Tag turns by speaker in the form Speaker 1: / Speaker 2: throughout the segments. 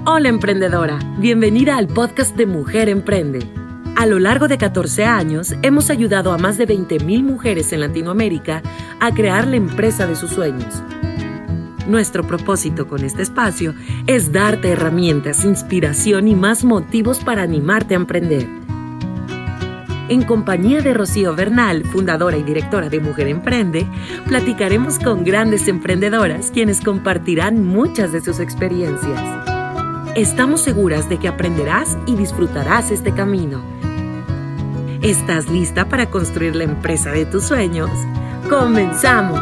Speaker 1: Hola emprendedora, bienvenida al podcast de Mujer Emprende. A lo largo de 14 años, hemos ayudado a más de 20,000 mujeres en Latinoamérica a crear la empresa de sus sueños. Nuestro propósito con este espacio es darte herramientas, inspiración y más motivos para animarte a emprender. En compañía de Rocío Bernal, fundadora y directora de Mujer Emprende, platicaremos con grandes emprendedoras quienes compartirán muchas de sus experiencias. Estamos seguras de que aprenderás y disfrutarás este camino. ¿Estás lista para construir la empresa de tus sueños? ¡Comenzamos!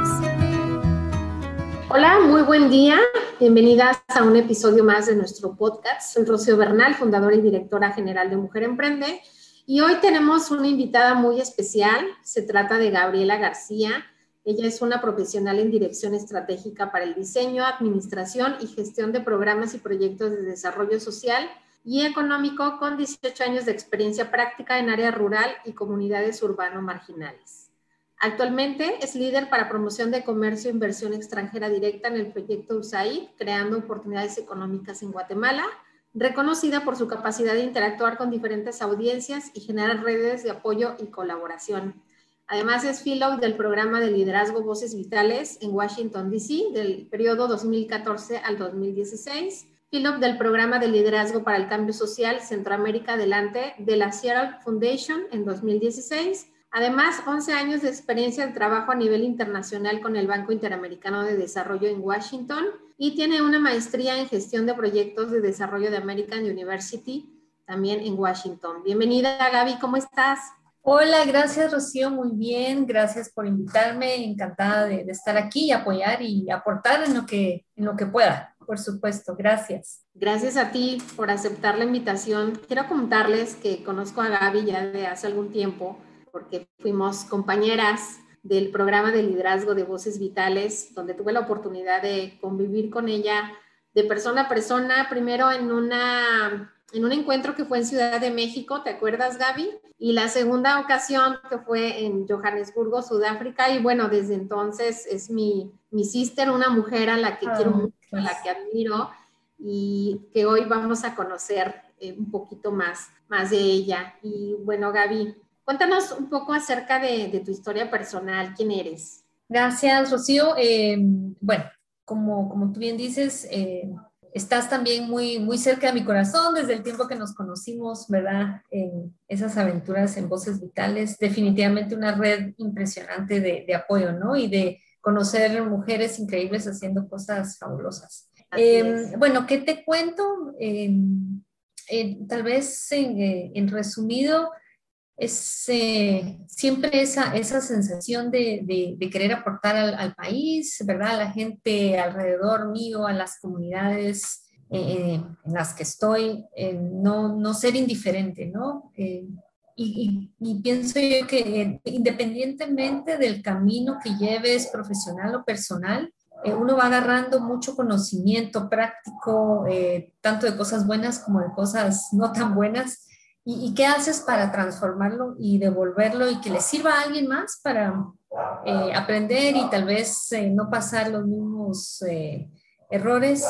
Speaker 2: Hola, muy buen día. Bienvenidas a un episodio más de nuestro podcast. Soy Rocío Bernal, fundadora y directora general de Mujer Emprende. Y hoy tenemos una invitada muy especial. Se trata de Gabriela García. Ella es una profesional en dirección estratégica para el diseño, administración y gestión de programas y proyectos de desarrollo social y económico con 18 años de experiencia práctica en área rural y comunidades urbano-marginales. Actualmente es líder para promoción de comercio e inversión extranjera directa en el proyecto USAID, creando oportunidades económicas en Guatemala, reconocida por su capacidad de interactuar con diferentes audiencias y generar redes de apoyo y colaboración. Además, es fellow del programa de liderazgo Voces Vitales en Washington, D.C., del periodo 2014 al 2016, fellow del programa de liderazgo para el cambio social Centroamérica Adelante de la Seattle Foundation en 2016. Además, 11 años de experiencia de trabajo a nivel internacional con el Banco Interamericano de Desarrollo en Washington y tiene una maestría en gestión de proyectos de desarrollo de American University, también en Washington. Bienvenida, Gaby, ¿cómo estás?
Speaker 3: Hola, gracias Rocío, muy bien, gracias por invitarme, encantada de estar aquí y apoyar y aportar en lo que pueda, por supuesto, gracias.
Speaker 2: Gracias a ti por aceptar la invitación. Quiero contarles que conozco a Gaby ya de hace algún tiempo, porque fuimos compañeras del programa de liderazgo de Voces Vitales, donde tuve la oportunidad de convivir con ella de persona a persona, primero en un encuentro que fue en Ciudad de México, ¿te acuerdas, Gaby? Y la segunda ocasión que fue en Johannesburgo, Sudáfrica, y bueno, desde entonces es mi sister, una mujer a la que quiero mucho, a la que admiro, y que hoy vamos a conocer un poquito más de ella. Y bueno, Gaby, cuéntanos un poco acerca de tu historia personal, ¿quién eres?
Speaker 3: Gracias, Rocío. Bueno, como tú bien dices, estás también muy, muy cerca de mi corazón desde el tiempo que nos conocimos, ¿verdad? En esas aventuras en Voces Vitales, definitivamente una red impresionante de apoyo, ¿no? Y de conocer mujeres increíbles haciendo cosas fabulosas. Bueno, ¿qué te cuento? Tal vez en resumido, es siempre esa sensación de querer aportar al país, ¿verdad? A la gente alrededor mío, a las comunidades en las que estoy, no ser indiferente, ¿no? Y pienso yo que independientemente del camino que lleves profesional o personal, uno va agarrando mucho conocimiento práctico, tanto de cosas buenas como de cosas no tan buenas. ¿Y qué haces para transformarlo y devolverlo y que le sirva a alguien más para aprender y tal vez no pasar los mismos errores?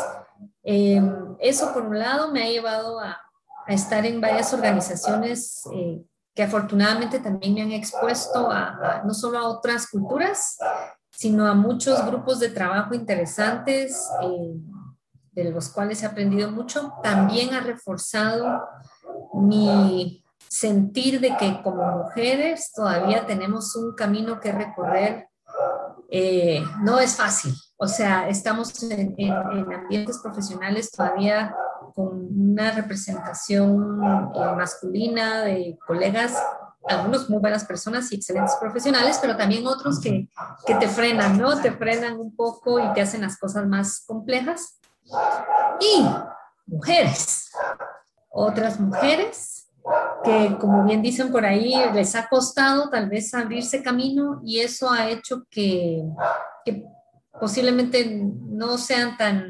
Speaker 3: Eso por un lado me ha llevado a estar en varias organizaciones que afortunadamente también me han expuesto no solo a otras culturas, sino a muchos grupos de trabajo interesantes, de los cuales he aprendido mucho. También ha reforzado mi sentir de que como mujeres todavía tenemos un camino que recorrer. No es fácil, o sea, estamos en ambientes profesionales todavía con una representación masculina de colegas, algunos muy buenas personas y excelentes profesionales, pero también otros que te frenan, ¿no? Te frenan un poco y te hacen las cosas más complejas. Y mujeres, otras mujeres que, como bien dicen por ahí, les ha costado tal vez abrirse camino y eso ha hecho que posiblemente no sean tan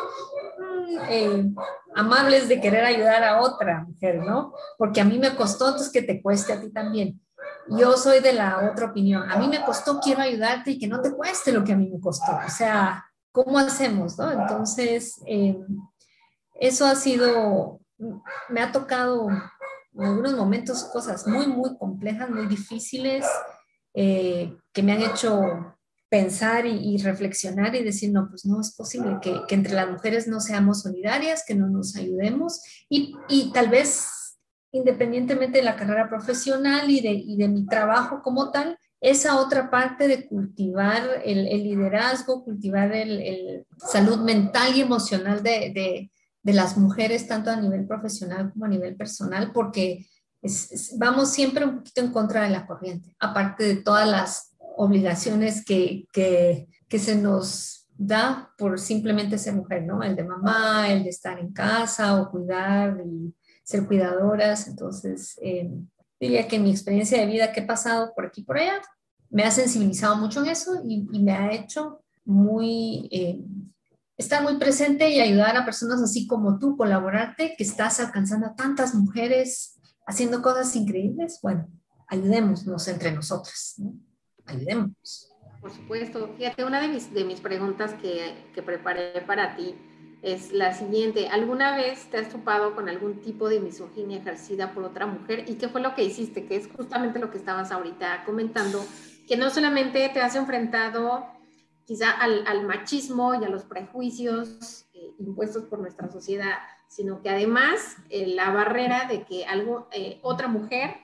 Speaker 3: amables de querer ayudar a otra mujer, ¿no? Porque a mí me costó, entonces que te cueste a ti también. Yo soy de la otra opinión. A mí me costó, quiero ayudarte y que no te cueste lo que a mí me costó. O sea, ¿cómo hacemos, no? Entonces, eso ha sido, me ha tocado en algunos momentos cosas muy, muy complejas, muy difíciles, que me han hecho pensar y reflexionar y decir, no, pues no es posible que entre las mujeres no seamos solidarias, que no nos ayudemos y tal vez independientemente de la carrera profesional y de mi trabajo como tal, esa otra parte de cultivar el liderazgo, cultivar el salud mental y emocional de las mujeres, tanto a nivel profesional como a nivel personal, porque vamos siempre un poquito en contra de la corriente, aparte de todas las obligaciones que se nos da por simplemente ser mujer, ¿no? El de mamá, el de estar en casa o cuidar y ser cuidadoras. Entonces, diría que mi experiencia de vida que he pasado por aquí y por allá me ha sensibilizado mucho en eso y me ha hecho muy, estar muy presente y ayudar a personas así como tú, colaborarte, que estás alcanzando a tantas mujeres haciendo cosas increíbles. Bueno, ayudémonos entre nosotras, ¿no? Ayudémonos.
Speaker 2: Por supuesto. Fíjate, una de mis preguntas que preparé para ti es la siguiente. ¿Alguna vez te has topado con algún tipo de misoginia ejercida por otra mujer? ¿Y qué fue lo que hiciste? Que es justamente lo que estabas ahorita comentando, que no solamente te has enfrentado quizá al machismo y a los prejuicios impuestos por nuestra sociedad, sino que además la barrera de que otra mujer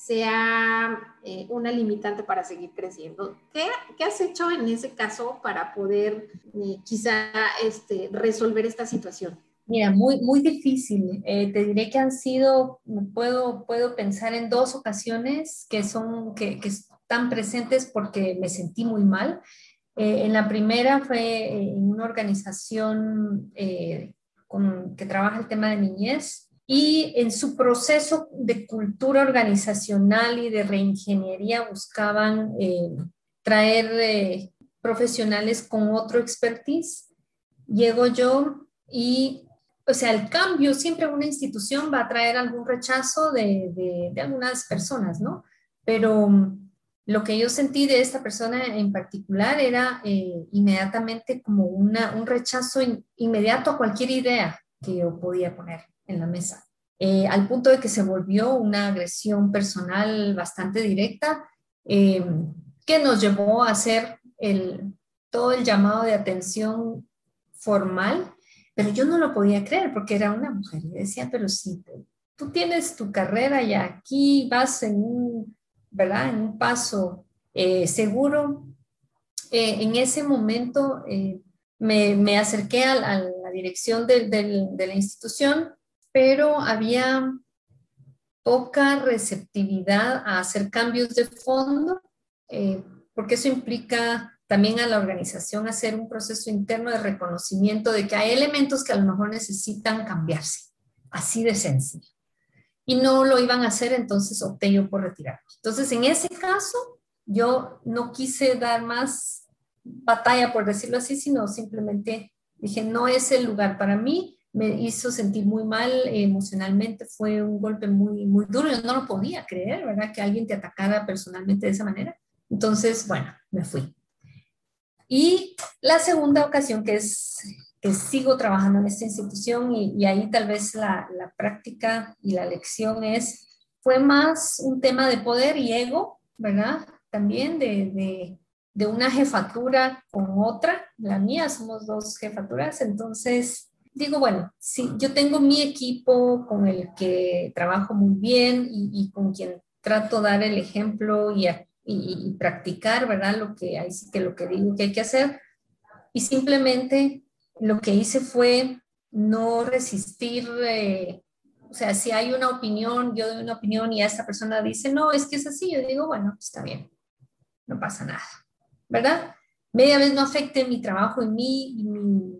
Speaker 2: sea una limitante para seguir creciendo. ¿Qué has hecho en ese caso para poder quizá resolver esta situación?
Speaker 3: Mira, muy, muy difícil. Te diré que han sido, puedo pensar en dos ocasiones que están presentes porque me sentí muy mal. En la primera fue en una organización que trabaja el tema de niñez y en su proceso de cultura organizacional y de reingeniería buscaban traer profesionales con otro expertise. Llego yo y, o sea, el cambio siempre en una institución va a traer algún rechazo de algunas personas, ¿no? Pero lo que yo sentí de esta persona en particular era inmediatamente como un rechazo inmediato a cualquier idea que yo podía poner en la mesa, al punto de que se volvió una agresión personal bastante directa, eh, que nos llevó a hacer todo el llamado de atención formal, pero yo no lo podía creer porque era una mujer y decía, pero si tú tienes tu carrera y aquí vas ¿verdad? En un paso seguro. En ese momento me acerqué a la dirección de la institución, pero había poca receptividad a hacer cambios de fondo, porque eso implica también a la organización hacer un proceso interno de reconocimiento de que hay elementos que a lo mejor necesitan cambiarse, así de sencillo. Y no lo iban a hacer, entonces opté yo por retirarme. Entonces, en ese caso, yo no quise dar más batalla, por decirlo así, sino simplemente dije, no es el lugar para mí, me hizo sentir muy mal emocionalmente, fue un golpe muy, muy duro, yo no lo podía creer, ¿verdad? Que alguien te atacara personalmente de esa manera. Entonces, bueno, me fui. Y la segunda ocasión que sigo trabajando en esta institución y ahí tal vez la práctica y la lección fue más un tema de poder y ego, ¿verdad? También de una jefatura con otra, la mía, somos dos jefaturas, entonces digo, bueno, sí, yo tengo mi equipo con el que trabajo muy bien y con quien trato de dar el ejemplo y practicar, ¿verdad? Ahí sí que lo que digo que hay que hacer. Y simplemente lo que hice fue no resistir, o sea, si hay una opinión, yo doy una opinión y a esta persona dice, no, es que es así, yo digo, bueno, está bien, no pasa nada, ¿verdad? Media vez no afecte mi trabajo en mí y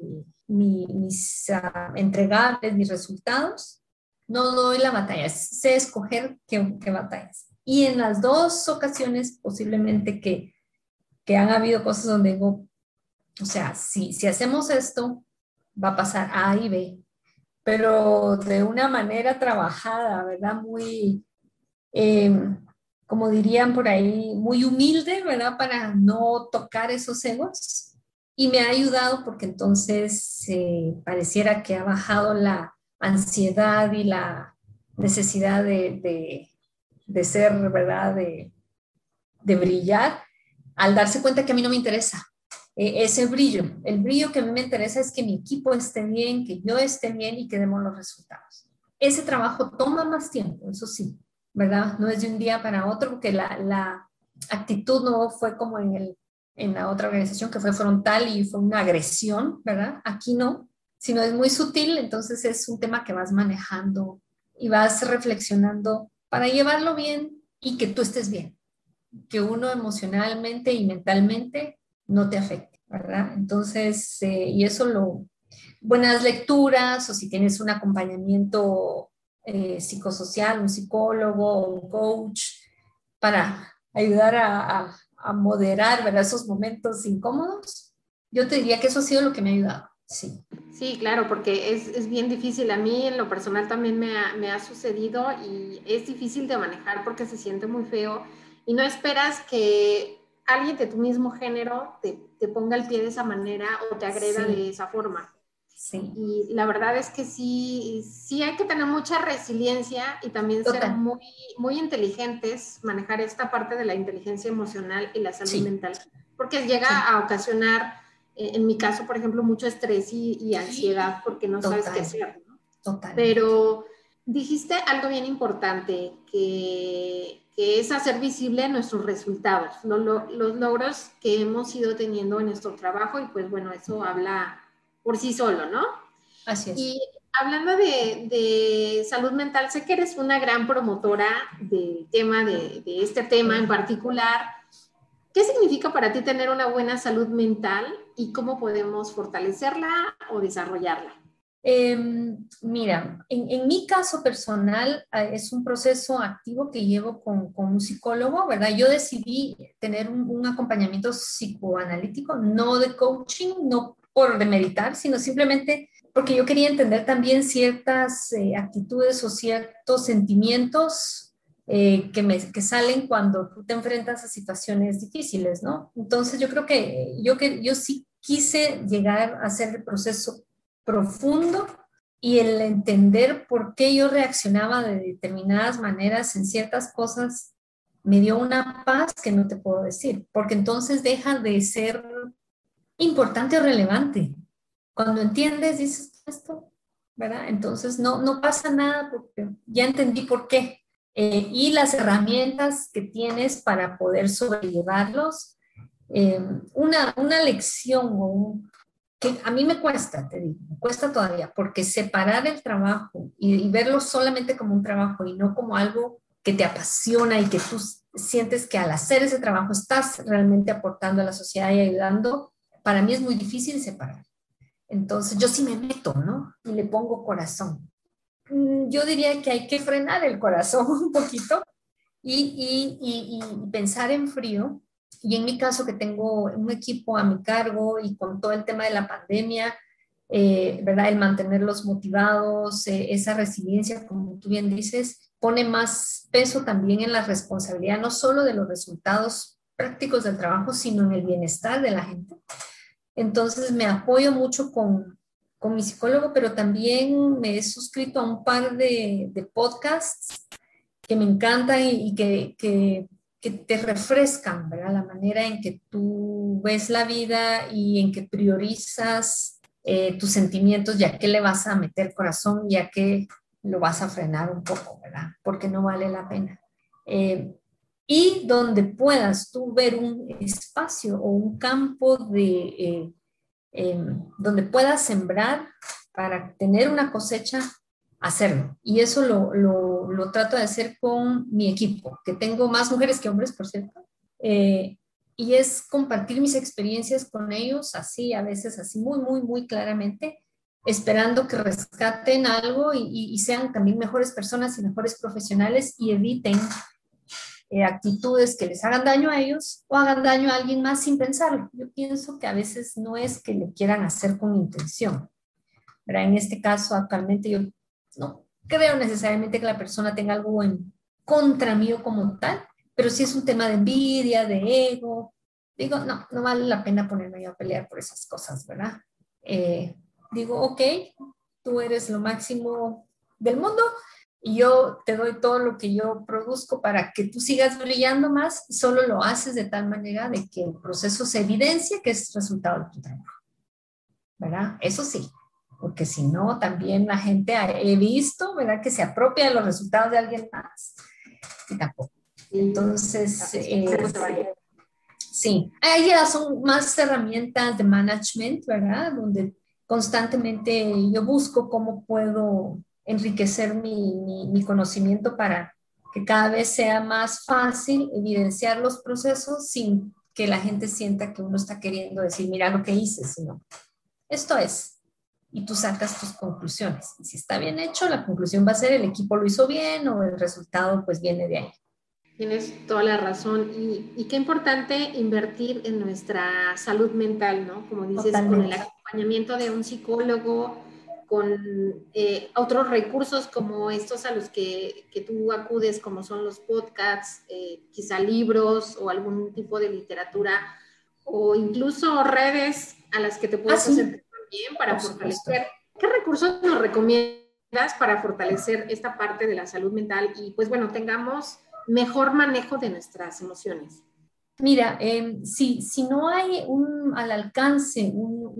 Speaker 3: mis entregables, mis resultados, no doy la batalla, sé escoger qué batallas. Y en las dos ocasiones posiblemente que han habido cosas donde digo, o sea, si hacemos esto, va a pasar A y B, pero de una manera trabajada, ¿verdad? Muy, eh, como dirían por ahí, muy humilde, ¿verdad? Para no tocar esos egos. Y me ha ayudado porque entonces pareciera que ha bajado la ansiedad y la necesidad de ser, ¿verdad? De brillar, al darse cuenta que a mí no me interesa ese brillo. El brillo que a mí me interesa es que mi equipo esté bien, que yo esté bien y que demos los resultados. Ese trabajo toma más tiempo, eso sí, ¿verdad? No es de un día para otro, porque la actitud no fue como en la otra organización, que fue frontal y fue una agresión, ¿verdad? Aquí no, sino es muy sutil, entonces es un tema que vas manejando y vas reflexionando para llevarlo bien y que tú estés bien, que uno emocionalmente y mentalmente no te afecte, ¿verdad? Entonces, y eso buenas lecturas o si tienes un acompañamiento psicosocial, un psicólogo, un coach, para ayudar a moderar, ¿verdad? Esos momentos incómodos, yo te diría que eso ha sido lo que me ha ayudado, sí.
Speaker 2: Sí, claro, porque es bien difícil. A mí en lo personal también me ha sucedido y es difícil de manejar porque se siente muy feo y no esperas que alguien de tu mismo género te ponga el pie de esa manera o te agreda de
Speaker 3: Sí,
Speaker 2: esa forma.
Speaker 3: sí,
Speaker 2: Y la verdad es que sí hay que tener mucha resiliencia y también ser
Speaker 3: total,
Speaker 2: muy inteligentes, manejar esta parte de la inteligencia emocional y la salud
Speaker 3: sí,
Speaker 2: mental, porque llega
Speaker 3: sí,
Speaker 2: a ocasionar, en mi caso, por ejemplo, mucho estrés y ansiedad porque no sabes qué
Speaker 3: total,
Speaker 2: hacer, ¿no?
Speaker 3: totalmente.
Speaker 2: Pero dijiste algo bien importante, que es hacer visible nuestros resultados, los logros que hemos ido teniendo en nuestro trabajo y pues bueno, eso habla por sí solo, ¿no?
Speaker 3: Así es.
Speaker 2: Y hablando de salud mental, sé que eres una gran promotora del tema, de este tema en particular. ¿Qué significa para ti tener una buena salud mental y cómo podemos fortalecerla o desarrollarla?
Speaker 3: Mira, en mi caso personal es un proceso activo que llevo con un psicólogo, ¿verdad? Yo decidí tener un acompañamiento psicoanalítico, no de coaching, no por demeritar, sino simplemente porque yo quería entender también ciertas actitudes o ciertos sentimientos que salen cuando tú te enfrentas a situaciones difíciles, ¿no? Entonces yo creo que yo sí quise llegar a hacer el proceso profundo y el entender por qué yo reaccionaba de determinadas maneras en ciertas cosas me dio una paz que no te puedo decir, porque entonces deja de ser importante o relevante. Cuando entiendes, dices esto, ¿verdad? Entonces no pasa nada porque ya entendí por qué. Y las herramientas que tienes para poder sobrellevarlos, una lección o que a mí me cuesta, te digo, me cuesta todavía, porque separar el trabajo y verlo solamente como un trabajo y no como algo que te apasiona y que tú sientes que al hacer ese trabajo estás realmente aportando a la sociedad y ayudando, para mí es muy difícil separar. Entonces yo sí me meto, ¿no? Y le pongo corazón. Yo diría que hay que frenar el corazón un poquito y pensar en frío. Y en mi caso, que tengo un equipo a mi cargo y con todo el tema de la pandemia, ¿verdad? El mantenerlos motivados, esa resiliencia, como tú bien dices, pone más peso también en la responsabilidad, no solo de los resultados prácticos del trabajo, sino en el bienestar de la gente. Entonces me apoyo mucho con mi psicólogo, pero también me he suscrito a un par de podcasts que me encantan que te refrescan, ¿verdad? La manera en que tú ves la vida y en que priorizas tus sentimientos, ya que le vas a meter corazón, ya que lo vas a frenar un poco, ¿verdad? Porque no vale la pena. Eh, y donde puedas tú ver un espacio o un campo donde puedas sembrar para tener una cosecha, hacerlo. Y eso lo trato de hacer con mi equipo, que tengo más mujeres que hombres, por cierto. Y es compartir mis experiencias con ellos, así, a veces así, muy claramente, esperando que rescaten algo y sean también mejores personas y mejores profesionales y eviten actitudes que les hagan daño a ellos o hagan daño a alguien más sin pensarlo. Yo pienso que a veces no es que lo quieran hacer con intención, ¿verdad? En este caso, actualmente yo no creo necesariamente que la persona tenga algo en contra mío como tal, pero sí es un tema de envidia, de ego, digo, no vale la pena ponerme yo a pelear por esas cosas, ¿verdad? Digo, ok, tú eres lo máximo del mundo y yo te doy todo lo que yo produzco para que tú sigas brillando más, solo lo haces de tal manera de que el proceso se evidencie que es resultado de tu trabajo, ¿verdad? Eso sí, porque si no, también la gente he visto, ¿verdad? Que se apropia de los resultados de alguien más y tampoco. Entonces, sí, ahí ya son más herramientas de management, ¿verdad? Donde constantemente yo busco cómo puedo enriquecer mi conocimiento para que cada vez sea más fácil evidenciar los procesos sin que la gente sienta que uno está queriendo decir, mira lo que hice, sino esto es. Y tú sacas tus conclusiones. Y si está bien hecho, la conclusión va a ser el equipo lo hizo bien o el resultado pues viene de ahí.
Speaker 2: Tienes toda la razón y qué importante invertir en nuestra salud mental, ¿no? Como dices, totalmente, con el acompañamiento de un psicólogo, con otros recursos como estos a los que tú acudes, como son los podcasts, quizá libros o algún tipo de literatura o incluso redes a las que te puedes acercar también para fortalecer. ¿Qué recursos nos recomiendas para fortalecer esta parte de la salud mental y pues bueno, tengamos mejor manejo de nuestras emociones?
Speaker 3: Mira, si no hay al alcance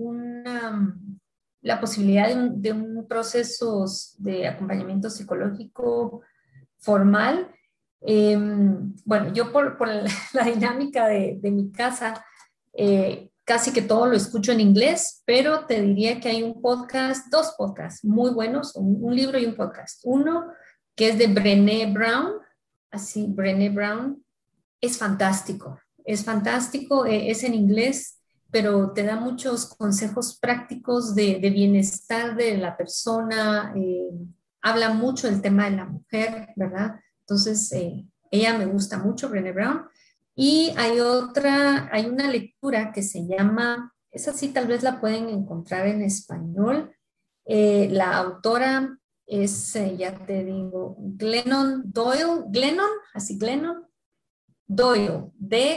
Speaker 3: la posibilidad de un proceso de acompañamiento psicológico formal, bueno, yo por la dinámica de mi casa, casi que todo lo escucho en inglés, pero te diría que hay dos podcasts muy buenos, un libro y un podcast. Uno que es de Brené Brown, así, Brené Brown, es fantástico, es en inglés, pero te da muchos consejos prácticos de bienestar de la persona, habla mucho del tema de la mujer, ¿verdad? Entonces, ella me gusta mucho, Brené Brown. Y hay una lectura que se llama, esa sí tal vez la pueden encontrar en español. La autora es, ya te digo, Glennon Doyle, Glennon Doyle,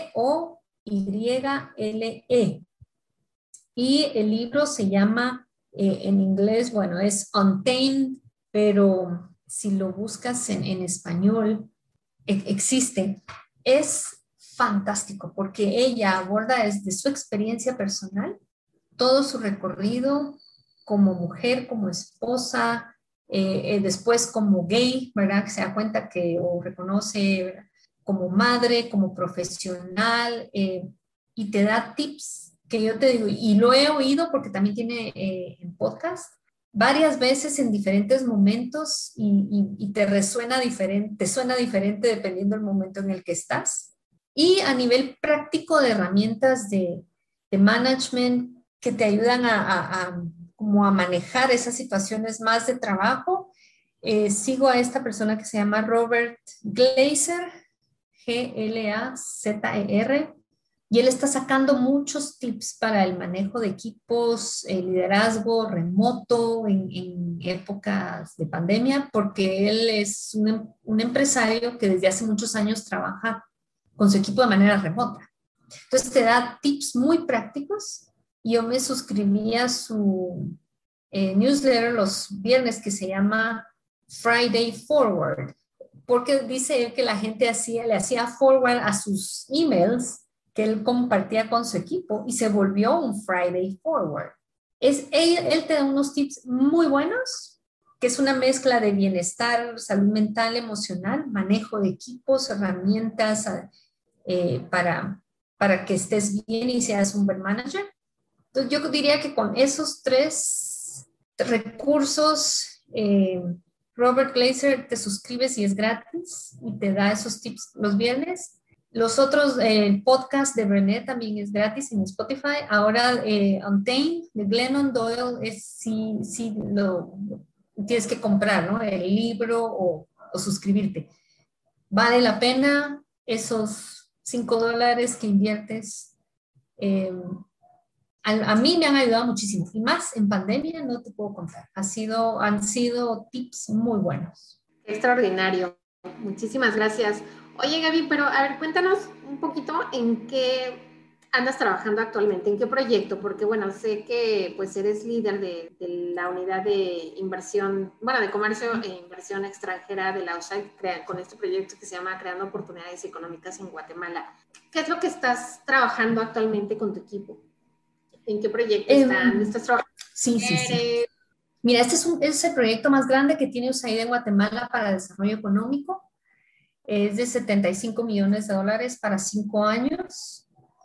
Speaker 3: Doyle. Y el libro se llama, en inglés, bueno, es Untamed, pero si lo buscas en español, existe. Es fantástico porque ella aborda desde su experiencia personal todo su recorrido como mujer, como esposa, después como gay, ¿verdad? Que se da cuenta que o reconoce, ¿verdad? Como madre, como profesional, y te da tips que yo te digo, y lo he oído porque también tiene en podcast varias veces en diferentes momentos y te suena diferente dependiendo del momento en el que estás. Y a nivel práctico de herramientas de management que te ayudan como a manejar esas situaciones más de trabajo, sigo a esta persona que se llama Robert Glazer, Glazer, y él está sacando muchos tips para el manejo de equipos, liderazgo remoto en épocas de pandemia, porque él es un empresario que desde hace muchos años trabaja con su equipo de manera remota. Entonces te da tips muy prácticos. Yo me suscribí a su newsletter los viernes que se llama Friday Forward, porque dice él que la gente le hacía forward a sus emails que él compartía con su equipo y se volvió un Friday Forward. Él te da unos tips muy buenos, que es una mezcla de bienestar, salud mental, emocional, manejo de equipos, herramientas para que estés bien y seas un buen manager. Entonces yo diría que con esos tres recursos, Robert Glazer, te suscribes y es gratis y te da esos tips los viernes. Los otros, el podcast de Brené también es gratis en Spotify. Ahora, Untamed de Glennon Doyle sí lo tienes que comprar, ¿no? El libro o suscribirte. Vale la pena esos $5 que inviertes. A mí me han ayudado muchísimo y más en pandemia no te puedo contar. Han sido tips muy buenos.
Speaker 2: Extraordinario. Muchísimas gracias. Oye, Gaby, pero a ver, cuéntanos un poquito en qué andas trabajando actualmente? ¿En qué proyecto? Porque, bueno, sé que pues eres líder de la unidad de inversión, bueno, de comercio e inversión extranjera de la USAID con este proyecto que se llama Creando Oportunidades Económicas en Guatemala. ¿Qué es lo que estás trabajando actualmente con tu equipo? ¿En qué proyecto estás trabajando?
Speaker 3: Sí, sí, sí. Mira, es el proyecto más grande que tiene USAID en Guatemala para desarrollo económico. Es de $75 millones para 5 años.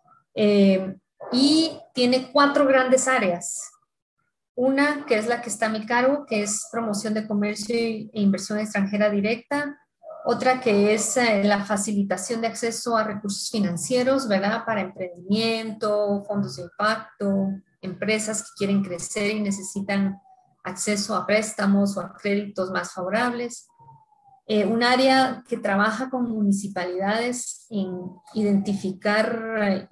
Speaker 3: Y tiene 4 grandes áreas. Una que es la que está a mi cargo, que es promoción de comercio e inversión extranjera directa. Otra que es la facilitación de acceso a recursos financieros, ¿verdad? Para emprendimiento, fondos de impacto, empresas que quieren crecer y necesitan acceso a préstamos o a créditos más favorables. Un área que trabaja con municipalidades en identificar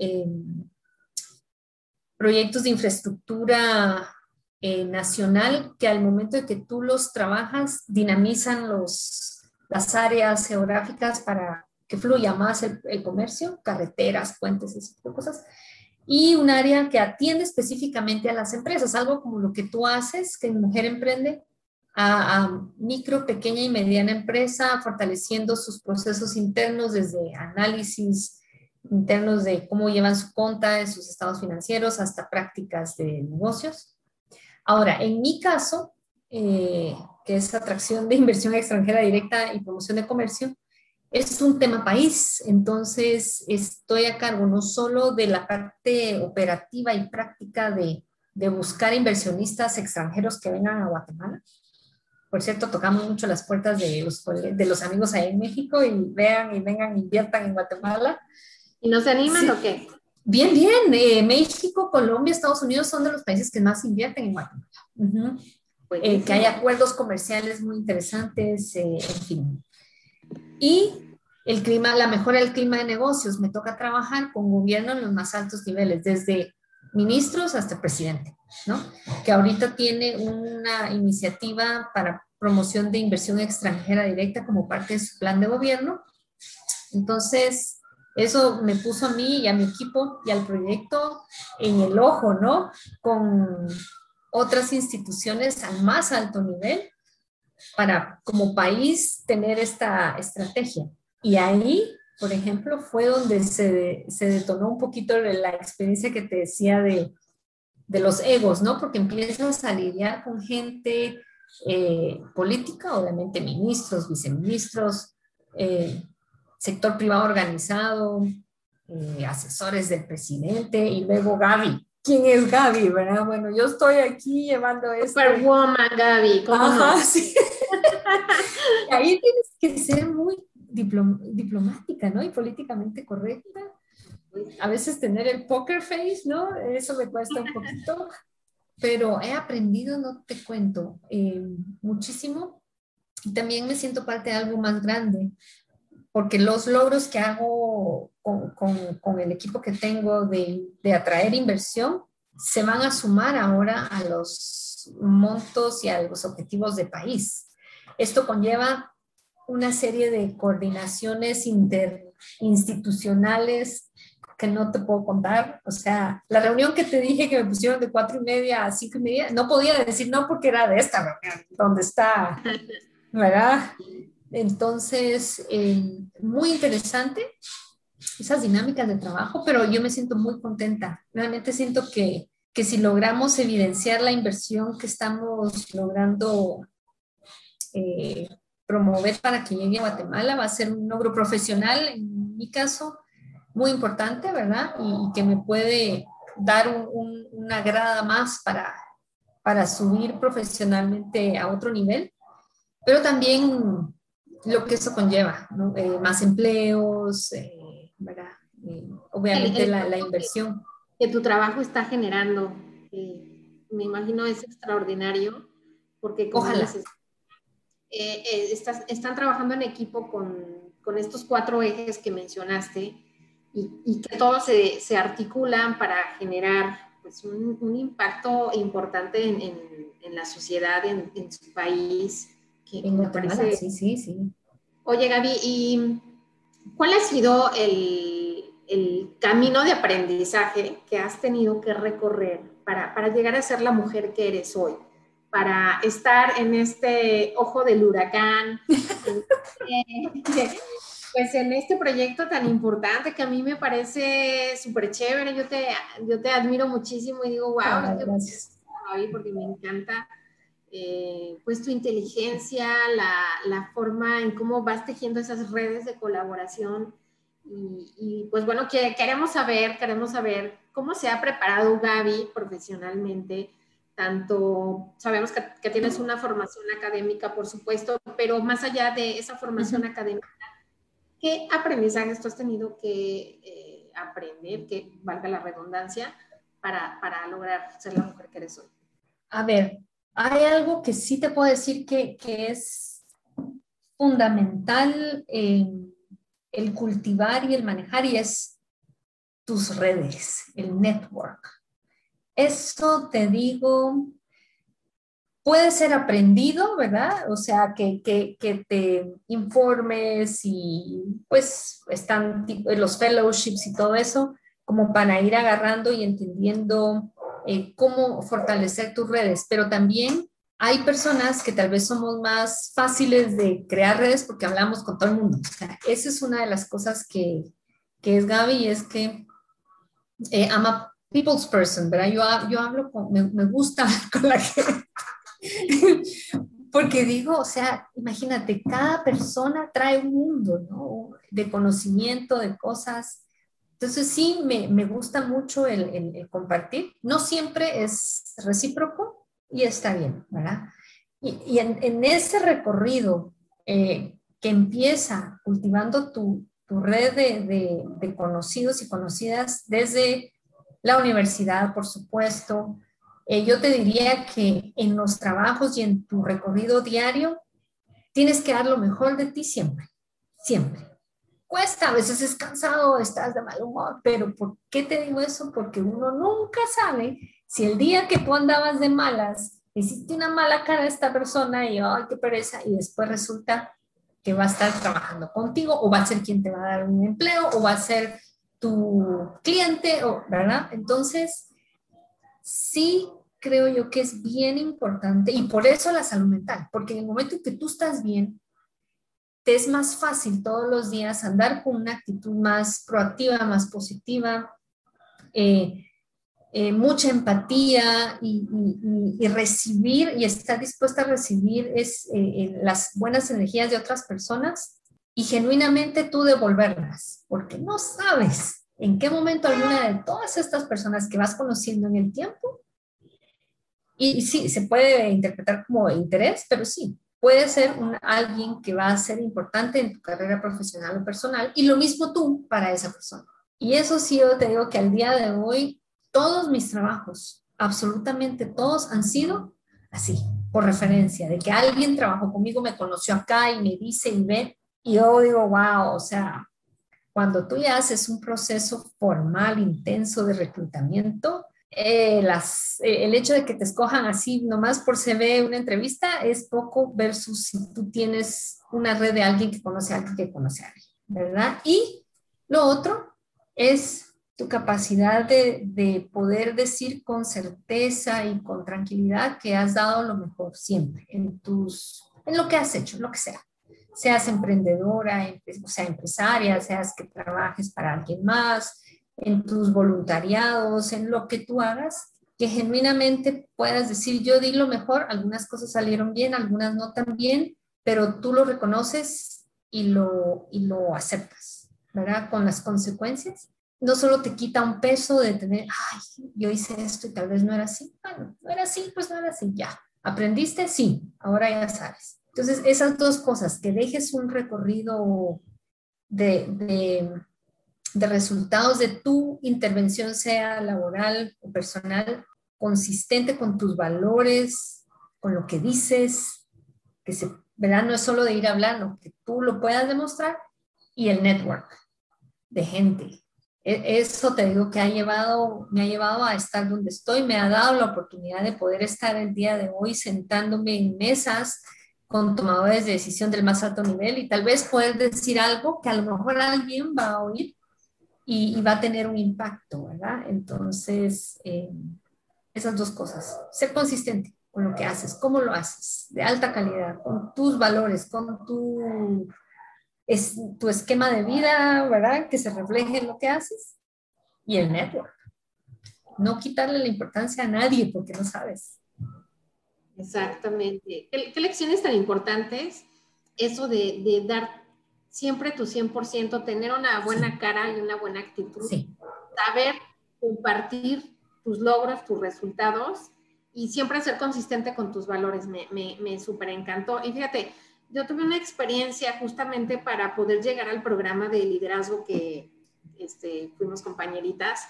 Speaker 3: proyectos de infraestructura nacional que al momento de que tú los trabajas dinamizan las áreas geográficas para que fluya más el comercio, carreteras, puentes, ese tipo de cosas. Y un área que atiende específicamente a las empresas, algo como lo que tú haces, que Mujer Emprende, a micro, pequeña y mediana empresa, fortaleciendo sus procesos internos desde análisis internos de cómo llevan su cuenta en sus estados financieros hasta prácticas de negocios. Ahora, en mi caso, que es atracción de inversión extranjera directa y promoción de comercio, es un tema país, entonces estoy a cargo no solo de la parte operativa y práctica de buscar inversionistas extranjeros que vengan a Guatemala. Por cierto, tocamos mucho las puertas de los amigos ahí en México y vean y vengan, inviertan en Guatemala.
Speaker 2: ¿Y no se animan
Speaker 3: Sí.
Speaker 2: o qué?
Speaker 3: Bien, bien. México, Colombia, Estados Unidos son de los países que más invierten en Guatemala. Que hay acuerdos comerciales muy interesantes, en fin. Y el clima, la mejora del clima de negocios. Me toca trabajar con gobierno en los más altos niveles, desde ministros hasta presidente, ¿no? Que ahorita tiene una iniciativa para promoción de inversión extranjera directa como parte de su plan de gobierno. Entonces, eso me puso a mí y a mi equipo y al proyecto en el ojo, ¿no? Con otras instituciones al más alto nivel para, como país, tener esta estrategia. Y ahí, por ejemplo, fue donde se detonó un poquito la experiencia que te decía de los egos, ¿no? Porque empiezas a lidiar con gente política, obviamente ministros, viceministros, sector privado organizado, asesores del presidente y luego Gaby. ¿Quién es Gaby, verdad? Bueno, yo estoy aquí llevando esto.
Speaker 2: Superwoman, Gaby, ¿cómo
Speaker 3: Ajá,
Speaker 2: no?
Speaker 3: Sí. Y ahí tienes que ser muy diplomática, ¿no? Y políticamente correcta. A veces tener el poker face, ¿no? Eso me cuesta un poquito, pero he aprendido, no te cuento, muchísimo. Y también me siento parte de algo más grande, porque los logros que hago con el equipo que tengo de atraer inversión se van a sumar ahora a los montos y a los objetivos de país. Esto conlleva una serie de coordinaciones interinstitucionales que no te puedo contar. O sea, la reunión que te dije que me pusieron de 4:30 a 5:30, no podía decir no porque era de esta reunión, donde está, ¿verdad? Entonces, muy interesante esas dinámicas de trabajo, pero yo me siento muy contenta. Realmente siento que si logramos evidenciar la inversión que estamos logrando promover para que llegue a Guatemala, va a ser un logro profesional, en mi caso, muy importante, ¿verdad? Y que me puede dar una grada más para subir profesionalmente a otro nivel, pero también lo que eso conlleva, ¿no? Más empleos, ¿verdad? Obviamente la inversión.
Speaker 2: Que tu trabajo está generando, me imagino es extraordinario, porque como
Speaker 3: Ojalá.
Speaker 2: dices, están trabajando en equipo con estos 4 ejes que mencionaste y que todos se articulan para generar pues, un impacto importante en la sociedad, en su país.
Speaker 3: En
Speaker 2: Me
Speaker 3: Guatemala,
Speaker 2: parece...
Speaker 3: sí, sí, sí.
Speaker 2: Oye, Gaby, ¿y cuál ha sido el el camino de aprendizaje que has tenido que recorrer para llegar a ser la mujer que eres hoy, para estar en este ojo del huracán, pues en este proyecto tan importante que a mí me parece súper chévere. Yo te admiro muchísimo y digo, wow,
Speaker 3: Gracias.
Speaker 2: porque me encanta pues tu inteligencia, la forma en cómo vas tejiendo esas redes de colaboración. Y pues bueno, queremos saber cómo se ha preparado Gaby profesionalmente. Tanto sabemos que tienes una formación académica, por supuesto, pero más allá de esa formación académica, ¿qué aprendizajes tú has tenido que aprender, que valga la redundancia, para lograr ser la mujer que eres hoy?
Speaker 3: A ver, hay algo que sí te puedo decir que es fundamental el cultivar y el manejar, y es tus redes, el network. Eso te digo, puede ser aprendido, ¿verdad? O sea, que te informes y pues están los fellowships y todo eso, como para ir agarrando y entendiendo cómo fortalecer tus redes. Pero también hay personas que tal vez somos más fáciles de crear redes porque hablamos con todo el mundo. O sea, esa es una de las cosas que es Gaby, y es que ama people's person, ¿verdad? Yo hablo me gusta hablar con la gente. Porque digo, o sea, imagínate, cada persona trae un mundo, ¿no? De conocimiento, de cosas. Entonces sí, me gusta mucho el compartir. No siempre es recíproco y está bien, ¿verdad? Y en ese recorrido que empieza cultivando tu red de conocidos y conocidas desde la universidad, por supuesto, yo te diría que en los trabajos y en tu recorrido diario tienes que dar lo mejor de ti siempre, siempre. Cuesta, a veces es cansado, estás de mal humor, pero ¿por qué te digo eso? Porque uno nunca sabe si el día que tú andabas de malas, hiciste una mala cara a esta persona y ¡ay, qué pereza! Y después resulta que va a estar trabajando contigo, o va a ser quien te va a dar un empleo, o va a ser tu cliente, o, ¿verdad? Entonces, sí creo yo que es bien importante, y por eso la salud mental, porque en el momento en que tú estás bien, te es más fácil todos los días andar con una actitud más proactiva, más positiva, mucha empatía y recibir, y estar dispuesta a recibir las buenas energías de otras personas y genuinamente tú devolverlas, porque no sabes en qué momento alguna de todas estas personas que vas conociendo en el tiempo, y sí, se puede interpretar como interés, pero sí, puede ser alguien que va a ser importante en tu carrera profesional o personal, y lo mismo tú para esa persona. Y eso sí, yo te digo que al día de hoy, todos mis trabajos, absolutamente todos, han sido así, por referencia, de que alguien trabajó conmigo, me conoció acá y me dice y ve, y yo digo, wow, o sea, cuando tú ya haces un proceso formal, intenso de reclutamiento, el hecho de que te escojan así nomás por CV una entrevista es poco versus si tú tienes una red de alguien que conoce a alguien que conoce a alguien, ¿verdad? Y lo otro es tu capacidad de poder decir con certeza y con tranquilidad que has dado lo mejor siempre en lo que has hecho, en lo que sea. Seas emprendedora, o sea, empresaria, seas que trabajes para alguien más, en tus voluntariados, en lo que tú hagas, que genuinamente puedas decir, yo di lo mejor, algunas cosas salieron bien, algunas no tan bien, pero tú lo reconoces y lo aceptas, ¿verdad? Con las consecuencias. No solo te quita un peso de tener, ay, yo hice esto y tal vez no era así. Bueno, no era así, pues no era así, ya. ¿Aprendiste? Sí, ahora ya sabes. Entonces, esas dos cosas, que dejes un recorrido de resultados de tu intervención, sea laboral o personal, consistente con tus valores, con lo que dices, ¿verdad? No es solo de ir hablando, que tú lo puedas demostrar, y el network de gente. Eso te digo que me ha llevado a estar donde estoy, me ha dado la oportunidad de poder estar el día de hoy sentándome en mesas con tomadores de decisión del más alto nivel, y tal vez poder decir algo que a lo mejor alguien va a oír y va a tener un impacto, ¿verdad? Entonces, esas dos cosas, ser consistente con lo que haces, cómo lo haces, de alta calidad, con tus valores, con tu esquema de vida, ¿verdad? Que se refleje en lo que haces y el network. No quitarle la importancia a nadie porque no sabes.
Speaker 2: Exactamente. ¿Qué lecciones tan importantes? Eso de dar siempre tu 100%, tener una buena cara y una buena actitud,
Speaker 3: Sí.
Speaker 2: saber compartir tus logros, tus resultados y siempre ser consistente con tus valores. Me súper encantó. Y fíjate, yo tuve una experiencia justamente para poder llegar al programa de liderazgo que fuimos compañeritas.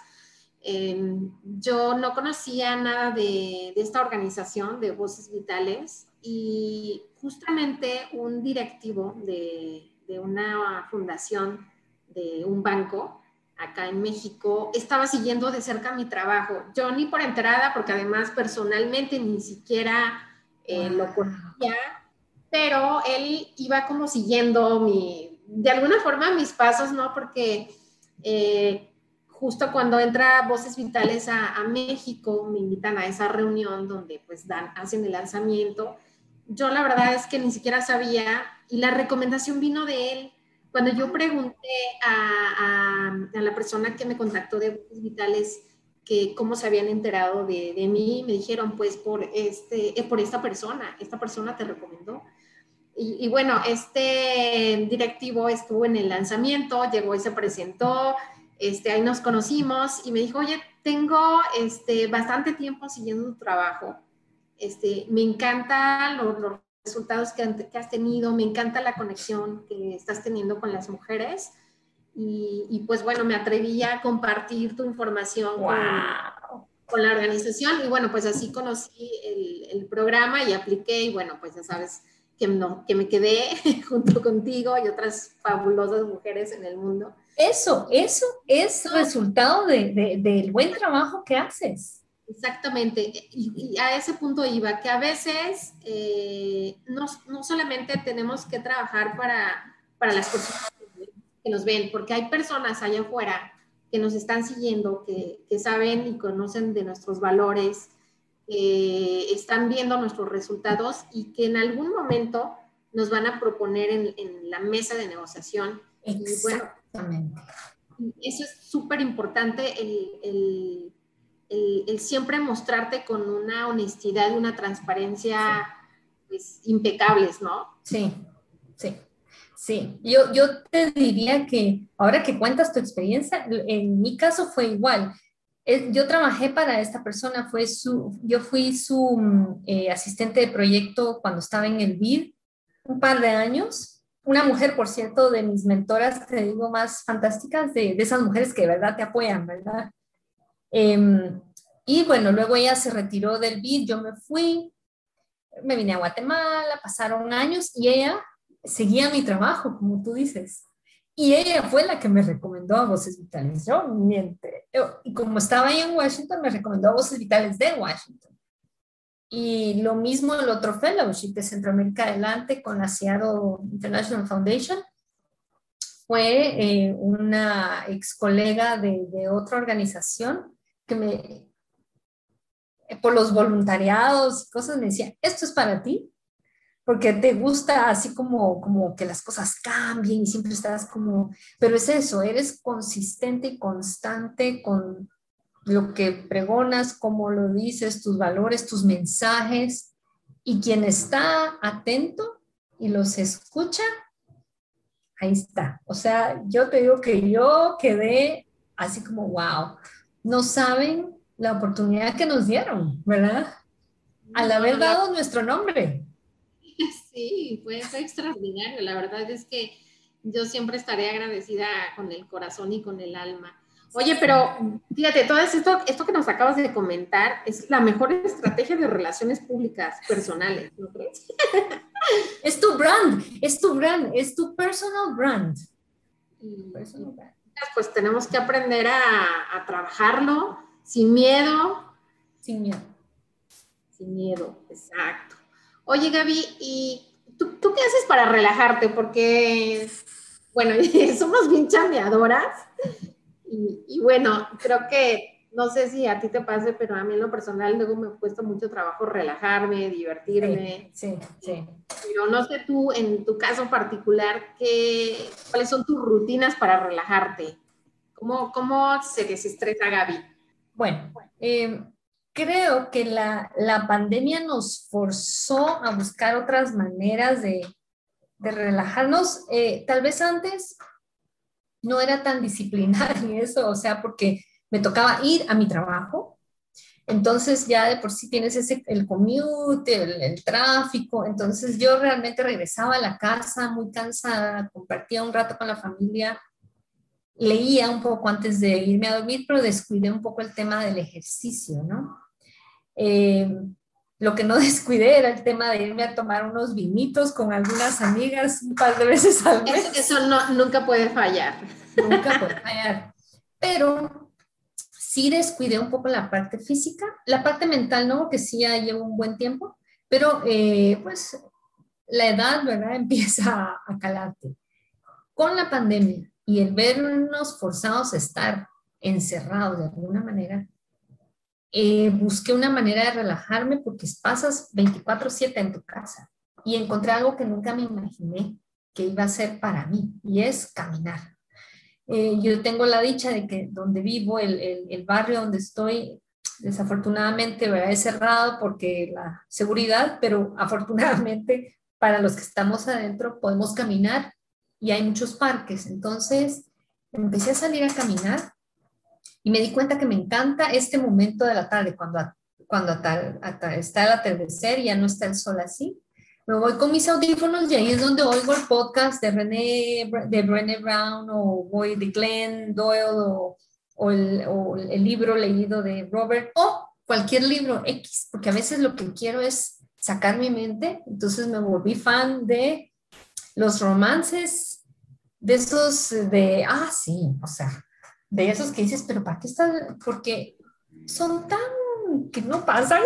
Speaker 2: Yo no conocía nada de esta organización de Voces Vitales y justamente un directivo de una fundación de un banco acá en México estaba siguiendo de cerca mi trabajo. Yo ni por enterada, porque además personalmente ni siquiera lo conocía, pero él iba como siguiendo de alguna forma mis pasos, ¿no? Porque justo cuando entra Voces Vitales a México, me invitan a esa reunión donde pues hacen el lanzamiento. Yo la verdad es que ni siquiera sabía y la recomendación vino de él. Cuando yo pregunté a la persona que me contactó de Voces Vitales que cómo se habían enterado de mí, me dijeron pues por esta persona te recomendó. Y bueno, este directivo estuvo en el lanzamiento, llegó y se presentó, ahí nos conocimos y me dijo, oye, tengo bastante tiempo siguiendo tu trabajo, me encantan los resultados que has tenido, me encanta la conexión que estás teniendo con las mujeres y pues bueno, me atreví a compartir tu información con la organización y bueno, pues así conocí el programa y apliqué y bueno, pues ya sabes que me quedé junto contigo y otras fabulosas mujeres en el mundo.
Speaker 3: Eso es resultado del buen trabajo que haces.
Speaker 2: Exactamente, y a ese punto iba, que a veces no solamente tenemos que trabajar para las personas que nos ven, porque hay personas allá afuera que nos están siguiendo, que saben y conocen de nuestros valores, están viendo nuestros resultados y que en algún momento nos van a proponer en la mesa de negociación.
Speaker 3: Exactamente.
Speaker 2: Y bueno, eso es súper importante, el siempre mostrarte con una honestidad y una transparencia pues, impecables, ¿no?
Speaker 3: Sí, sí. Sí, yo te diría que ahora que cuentas tu experiencia, en mi caso fue igual. Yo trabajé para esta persona, yo fui su asistente de proyecto cuando estaba en el BID un par de años. Una mujer, por cierto, de mis mentoras, te digo, más fantásticas, de esas mujeres que de verdad te apoyan, ¿verdad? Y bueno, luego ella se retiró del BID, yo me fui, me vine a Guatemala, pasaron años y ella seguía mi trabajo, como tú dices. Y ella fue la que me recomendó a Voces Vitales. Yo miente. Y como estaba ahí en Washington, me recomendó a Voces Vitales de Washington. Y lo mismo el otro fellowship de Centroamérica Adelante con la Seattle International Foundation. Fue una ex colega de otra organización que por los voluntariados y cosas, me decía, esto es para ti, porque te gusta así como que las cosas cambien y siempre estás pero es eso, eres consistente y constante con lo que pregonas, cómo lo dices, tus valores, tus mensajes, y quien está atento y los escucha, ahí está. O sea, yo te digo que yo quedé así como, wow, no saben la oportunidad que nos dieron, ¿verdad? Al haber dado nuestro nombre.
Speaker 2: Sí, fue extraordinario. La verdad es que yo siempre estaré agradecida con el corazón y con el alma. Oye, pero fíjate, todo esto que nos acabas de comentar es la mejor estrategia de relaciones públicas personales, ¿no crees?
Speaker 3: Es tu brand, es tu personal brand.
Speaker 2: Y pues tenemos que aprender a trabajarlo sin miedo.
Speaker 3: Sin miedo.
Speaker 2: Sin miedo, exacto. Oye, Gaby, ¿y tú qué haces para relajarte? Porque, bueno, somos bien chambeadoras Y bueno, creo que, no sé si a ti te pase, pero a mí en lo personal luego me cuesta mucho trabajo relajarme, divertirme.
Speaker 3: Sí, sí, sí.
Speaker 2: Pero no sé tú, en tu caso particular, ¿cuáles son tus rutinas para relajarte? ¿Cómo se desestresa Gaby?
Speaker 3: Bueno, creo que la pandemia nos forzó a buscar otras maneras de relajarnos. Tal vez antes no era tan disciplinada en eso, o sea, porque me tocaba ir a mi trabajo, entonces ya de por sí tienes el commute, el tráfico, entonces yo realmente regresaba a la casa muy cansada, compartía un rato con la familia, leía un poco antes de irme a dormir, pero descuidé un poco el tema del ejercicio, ¿no? Eh, lo que no descuidé era el tema de irme a tomar unos vinitos con algunas amigas un par de veces al mes.
Speaker 2: Eso no, nunca puede fallar.
Speaker 3: Nunca puede fallar. Pero sí descuidé un poco la parte física, la parte mental no, que sí ya llevo un buen tiempo, pero pues la edad, ¿verdad? Empieza a calarte. Con la pandemia y el vernos forzados a estar encerrados de alguna manera, busqué una manera de relajarme porque pasas 24/7 en tu casa y encontré algo que nunca me imaginé que iba a ser para mí y es caminar. Yo tengo la dicha de que donde vivo, el barrio donde estoy, desafortunadamente, ¿verdad? Es cerrado porque la seguridad, pero afortunadamente para los que estamos adentro podemos caminar y hay muchos parques. Entonces empecé a salir a caminar y me di cuenta que me encanta este momento de la tarde, está el atardecer y ya no está el sol así. Me voy con mis audífonos y ahí es donde oigo el podcast de Brené Brown o voy de Glenn Doyle o el libro leído de Robert o cualquier libro X, porque a veces lo que quiero es sacar mi mente. Entonces me volví fan de los romances, de esos sí, o sea, de esos que dices, pero ¿para qué están? Porque son tan que no pasan,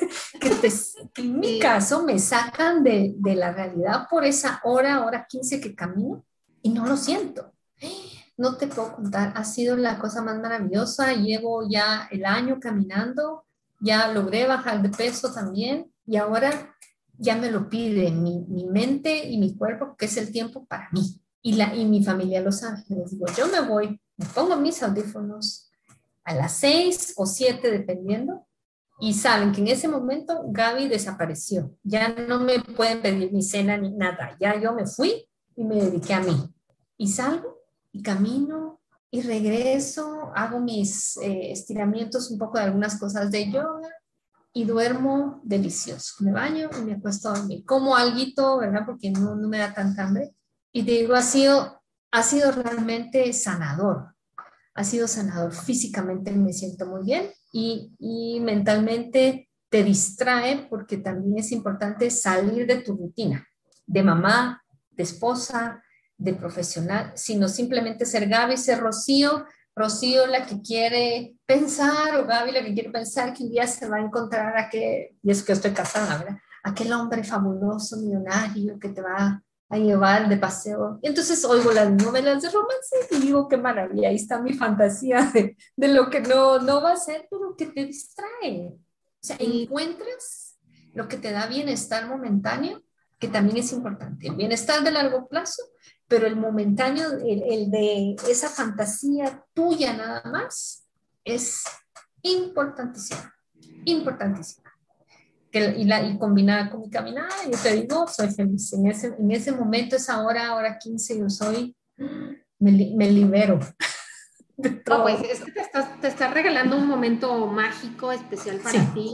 Speaker 3: que en mi caso me sacan de la realidad por esa hora 15 que camino y no lo siento. No te puedo contar, ha sido la cosa más maravillosa. Llevo ya el año caminando, ya logré bajar de peso también y ahora ya me lo pide mi mente y mi cuerpo, que es el tiempo para mí. Y mi familia lo sabe. Les digo, yo me voy, me pongo mis audífonos a las 6 o 7, dependiendo, y saben que en ese momento Gaby desapareció. Ya no me pueden pedir ni cena ni nada. Ya yo me fui y me dediqué a mí. Y salgo y camino y regreso, hago mis estiramientos, un poco de algunas cosas de yoga y duermo delicioso. Me baño y me acuesto a dormir. Como alguito, ¿verdad? Porque no me da tanta hambre. Y te digo, ha sido realmente sanador. Ha sido sanador. Físicamente me siento muy bien y mentalmente te distrae porque también es importante salir de tu rutina, de mamá, de esposa, de profesional, sino simplemente ser Gaby, ser Rocío la que quiere pensar o Gaby la que quiere pensar que un día se va a encontrar y es que estoy casada, ¿verdad? Aquel hombre fabuloso, millonario que te va a llevar de paseo. Y entonces oigo las novelas de romance y digo, qué maravilla, ahí está mi fantasía de lo que no va a ser, pero que te distrae. O sea, encuentras lo que te da bienestar momentáneo, que también es importante. El bienestar de largo plazo, pero el momentáneo, el de esa fantasía tuya nada más, es importantísimo, importantísimo. Y combinada con mi caminada, yo te digo, soy feliz. En ese momento, esa hora 15, yo me libero de todo.
Speaker 2: No, pues es que te estás regalando un momento mágico, especial para ti.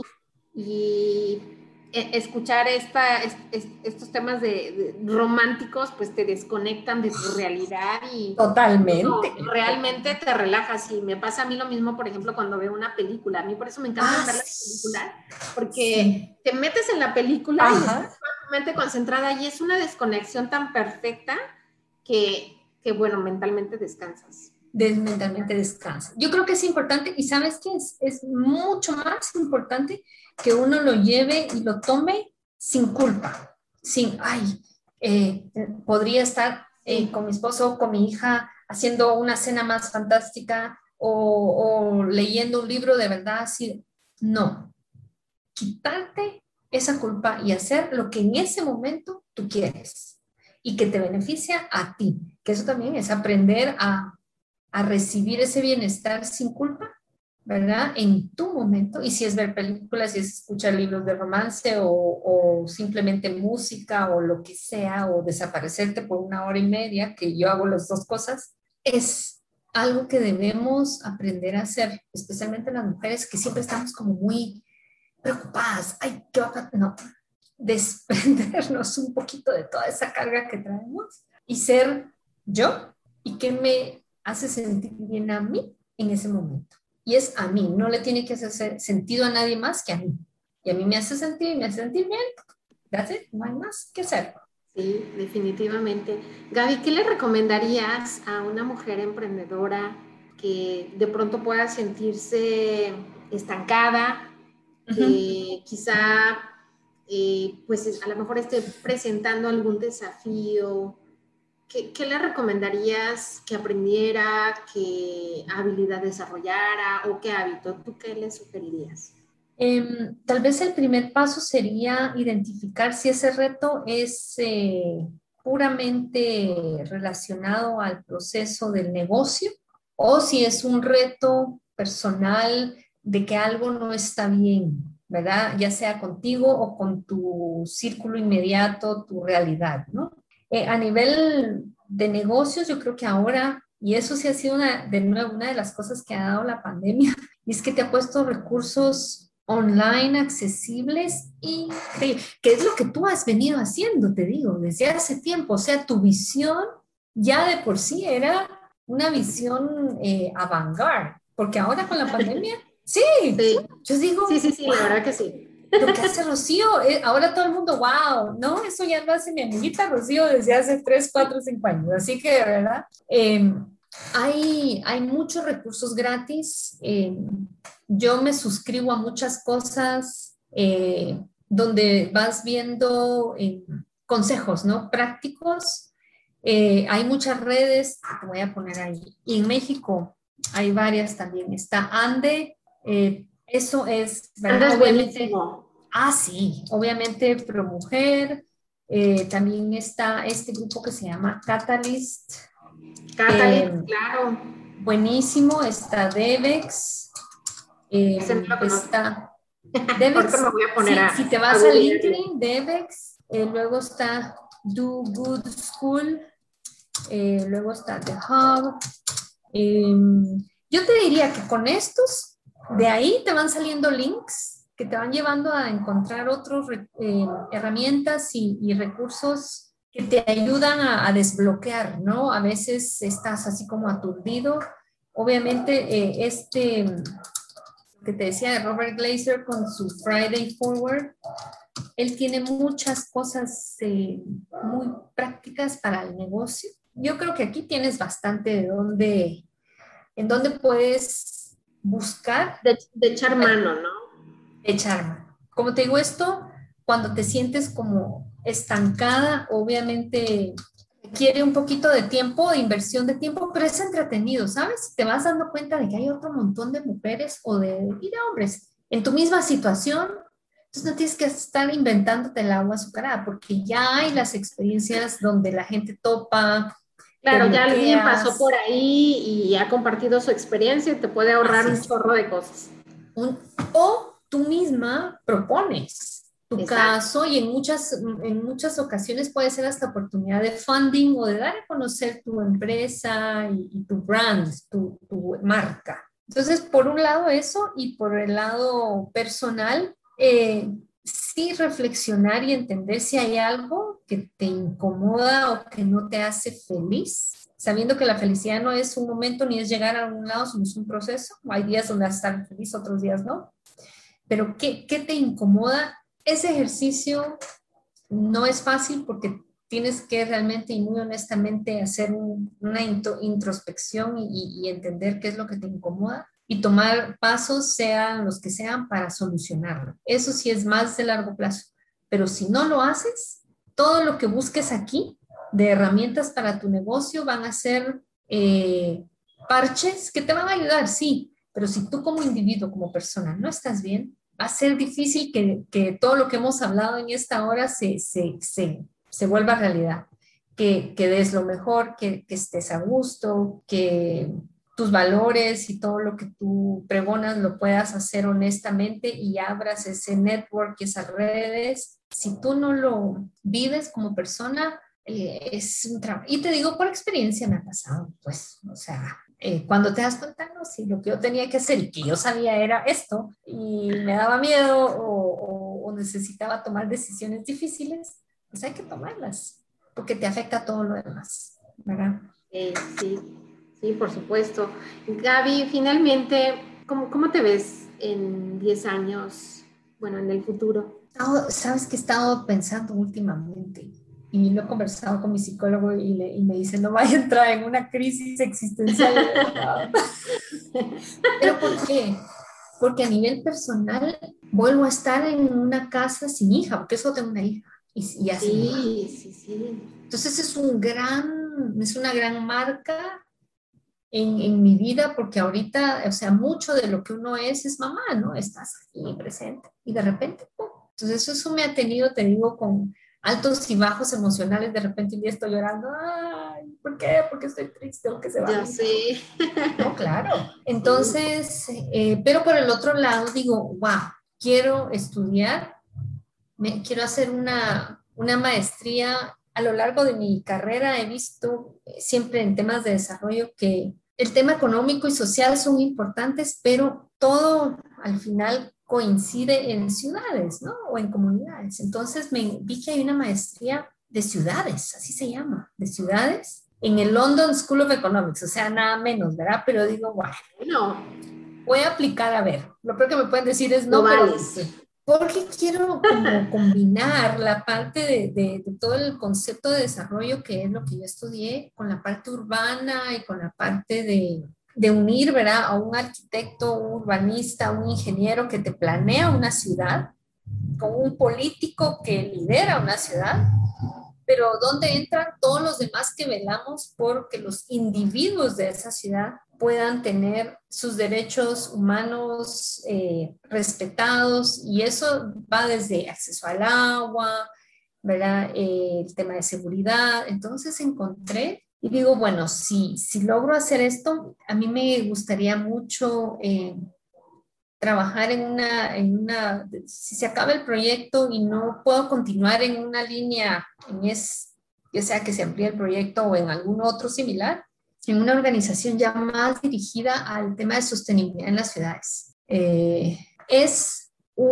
Speaker 2: Y escuchar estos temas románticos, pues te desconectan de tu realidad y
Speaker 3: totalmente.
Speaker 2: Realmente te relajas. Y me pasa a mí lo mismo, por ejemplo, cuando veo una película. A mí por eso me encanta ver las películas, porque te metes en la película y estás totalmente concentrada y es una desconexión tan perfecta que bueno, mentalmente descansas.
Speaker 3: Mentalmente descansa. Yo creo que es importante y sabes que es mucho más importante que uno lo lleve y lo tome sin culpa, podría estar con mi esposo, con mi hija, haciendo una cena más fantástica, o leyendo un libro de verdad así. No, quitarte esa culpa y hacer lo que en ese momento tú quieres y que te beneficia a ti, que eso también es aprender a recibir ese bienestar sin culpa, ¿verdad? En tu momento, y si es ver películas, si es escuchar libros de romance o simplemente música o lo que sea, o desaparecerte por 1 hora y media, que yo hago las dos cosas, es algo que debemos aprender a hacer, especialmente las mujeres que siempre estamos como muy preocupadas. Ay, ¿qué va a pasar? No, desprendernos un poquito de toda esa carga que traemos y ser yo y que me hace sentir bien a mí en ese momento. Y es a mí, no le tiene que hacer sentido a nadie más que a mí. Y a mí me hace sentir bien. That's it, no hay más que hacer.
Speaker 2: Sí, definitivamente. Gaby, ¿qué le recomendarías a una mujer emprendedora que de pronto pueda sentirse estancada, que quizá pues a lo mejor esté presentando algún desafío? ¿Qué le recomendarías que aprendiera, qué habilidad desarrollara o qué hábito? ¿Tú qué le sugerirías?
Speaker 3: Tal vez el primer paso sería identificar si ese reto es puramente relacionado al proceso del negocio o si es un reto personal de que algo no está bien, ¿verdad? Ya sea contigo o con tu círculo inmediato, tu realidad, ¿no? A nivel de negocios, yo creo que ahora, y eso sí ha sido de nuevo una de las cosas que ha dado la pandemia, y es que te ha puesto recursos online accesibles y que es lo que tú has venido haciendo, te digo, desde hace tiempo. O sea, tu visión ya de por sí era una visión avant-garde, porque ahora con la pandemia, sí,
Speaker 2: Sí,
Speaker 3: yo digo,
Speaker 2: sí, la verdad que sí.
Speaker 3: lo que hace Rocío, ahora todo el mundo, wow, ¿no? Eso ya lo hace mi amiguita Rocío desde hace 3, 4, 5 años. Así que, de verdad, hay muchos recursos gratis. Yo me suscribo a muchas cosas donde vas viendo consejos, ¿no? Prácticos. Hay muchas redes, te voy a poner ahí. Y en México hay varias también. Está Ande, eso es, ¿verdad?
Speaker 2: Andas
Speaker 3: Obviamente.
Speaker 2: buenísimo.
Speaker 3: Ah, sí, obviamente ProMujer. También está este grupo que se llama Catalyst.
Speaker 2: Catalyst, claro.
Speaker 3: Buenísimo. Está Devex.
Speaker 2: Ese no lo conozco.
Speaker 3: Está
Speaker 2: Ahorita me
Speaker 3: Devex.
Speaker 2: voy a poner
Speaker 3: Si te
Speaker 2: a
Speaker 3: vas a
Speaker 2: googlearlo.
Speaker 3: LinkedIn, Devex. Luego está Do Good School. Luego está The Hub. Yo te diría que con estos, de ahí te van saliendo links que te van llevando a encontrar otras herramientas y recursos que te ayudan a desbloquear, ¿no? A veces estás así como aturdido. Obviamente, que te decía de Robert Glazer con su Friday Forward, él tiene muchas cosas muy prácticas para el negocio. Yo creo que aquí tienes bastante en dónde puedes buscar.
Speaker 2: De echar mano, ¿no?
Speaker 3: Echar mano. Como te digo esto, cuando te sientes como estancada, obviamente requiere un poquito de tiempo, de inversión de tiempo, pero es entretenido, ¿sabes? Te vas dando cuenta de que hay otro montón de mujeres y de hombres en tu misma situación. Entonces no tienes que estar inventándote el agua azucarada, porque ya hay las experiencias donde la gente topa, te
Speaker 2: Claro, ya alguien pasó por
Speaker 3: bloqueas.
Speaker 2: ahí y ha compartido su experiencia y te puede ahorrar
Speaker 3: Así
Speaker 2: un
Speaker 3: es.
Speaker 2: chorro de cosas.
Speaker 3: O tú misma propones tu
Speaker 2: Exacto.
Speaker 3: caso y en muchas ocasiones puede ser hasta oportunidad de funding o de dar a conocer tu empresa y tu brand, tu marca. Entonces, por un lado eso y por el lado personal, sí reflexionar y entender si hay algo que te incomoda o que no te hace feliz, sabiendo que la felicidad no es un momento ni es llegar a algún lado, sino es un proceso. Hay días donde vas a estar feliz, otros días no. Pero ¿qué te incomoda? Ese ejercicio no es fácil porque tienes que realmente y muy honestamente hacer una introspección y entender qué es lo que te incomoda y tomar pasos, sean los que sean, para solucionarlo. Eso sí es más de largo plazo. Pero si no lo haces, todo lo que busques aquí de herramientas para tu negocio van a ser parches que te van a ayudar, sí, pero si tú como individuo, como persona, no estás bien, va a ser difícil que todo lo que hemos hablado en esta hora se vuelva realidad. Que des lo mejor, que estés a gusto, que tus valores y todo lo que tú pregonas lo puedas hacer honestamente y abras ese network y esas redes. Si tú no lo vives como persona, es un trabajo. Y te digo, por experiencia me ha pasado, pues, o sea, cuando te das cuenta, no, si lo que yo tenía que hacer y que yo sabía era esto y me daba miedo o necesitaba tomar decisiones difíciles, pues hay que tomarlas, porque te afecta todo lo demás, ¿verdad?
Speaker 2: Sí, sí, por supuesto. Gaby, finalmente, ¿cómo te ves en 10 años, bueno, en el futuro?
Speaker 3: Sabes que he estado pensando últimamente y lo he conversado con mi psicólogo y me dice, no vaya a entrar en una crisis existencial. ¿Pero por qué? Porque a nivel personal vuelvo a estar en una casa sin hija, porque solo tengo una hija y ya sin mamá.
Speaker 2: Sí, sí, sí.
Speaker 3: Entonces es una gran marca en mi vida, porque ahorita, o sea, mucho de lo que uno es mamá, ¿no? Estás aquí presente y de repente, ¡pum! Entonces eso me ha tenido, te digo, con altos y bajos emocionales, de repente un día estoy llorando, ay, ¿por qué? Porque estoy triste, porque se va
Speaker 2: Ya
Speaker 3: mi hija.
Speaker 2: sé.
Speaker 3: No, claro.
Speaker 2: Sí.
Speaker 3: Entonces, pero por el otro lado digo, wow, quiero estudiar, quiero hacer una maestría. A lo largo de mi carrera he visto siempre en temas de desarrollo que el tema económico y social son importantes, pero todo al final coincide en ciudades, ¿no? O en comunidades. Entonces me vi que hay una maestría de ciudades, así se llama, de ciudades, en el London School of Economics, o sea, nada menos, ¿verdad? Pero digo, wow,
Speaker 2: Bueno,
Speaker 3: voy a aplicar a ver. Lo peor que me pueden decir es
Speaker 2: lo
Speaker 3: no, pero ¿por
Speaker 2: vales.
Speaker 3: qué? Porque quiero como combinar la parte de todo el concepto de desarrollo, que es lo que yo estudié, con la parte urbana y con la parte de unir, ¿verdad? A un arquitecto, un urbanista, un ingeniero que te planea una ciudad, con un político que lidera una ciudad, pero ¿dónde entran todos los demás que velamos por que los individuos de esa ciudad puedan tener sus derechos humanos respetados? Y eso va desde acceso al agua, ¿verdad? El tema de seguridad. Entonces encontré y digo, bueno, si logro hacer esto, a mí me gustaría mucho trabajar si se acaba el proyecto y no puedo continuar en una línea, ya sea que se amplíe el proyecto o en algún otro similar, en una organización ya más dirigida al tema de sostenibilidad en las ciudades. Es,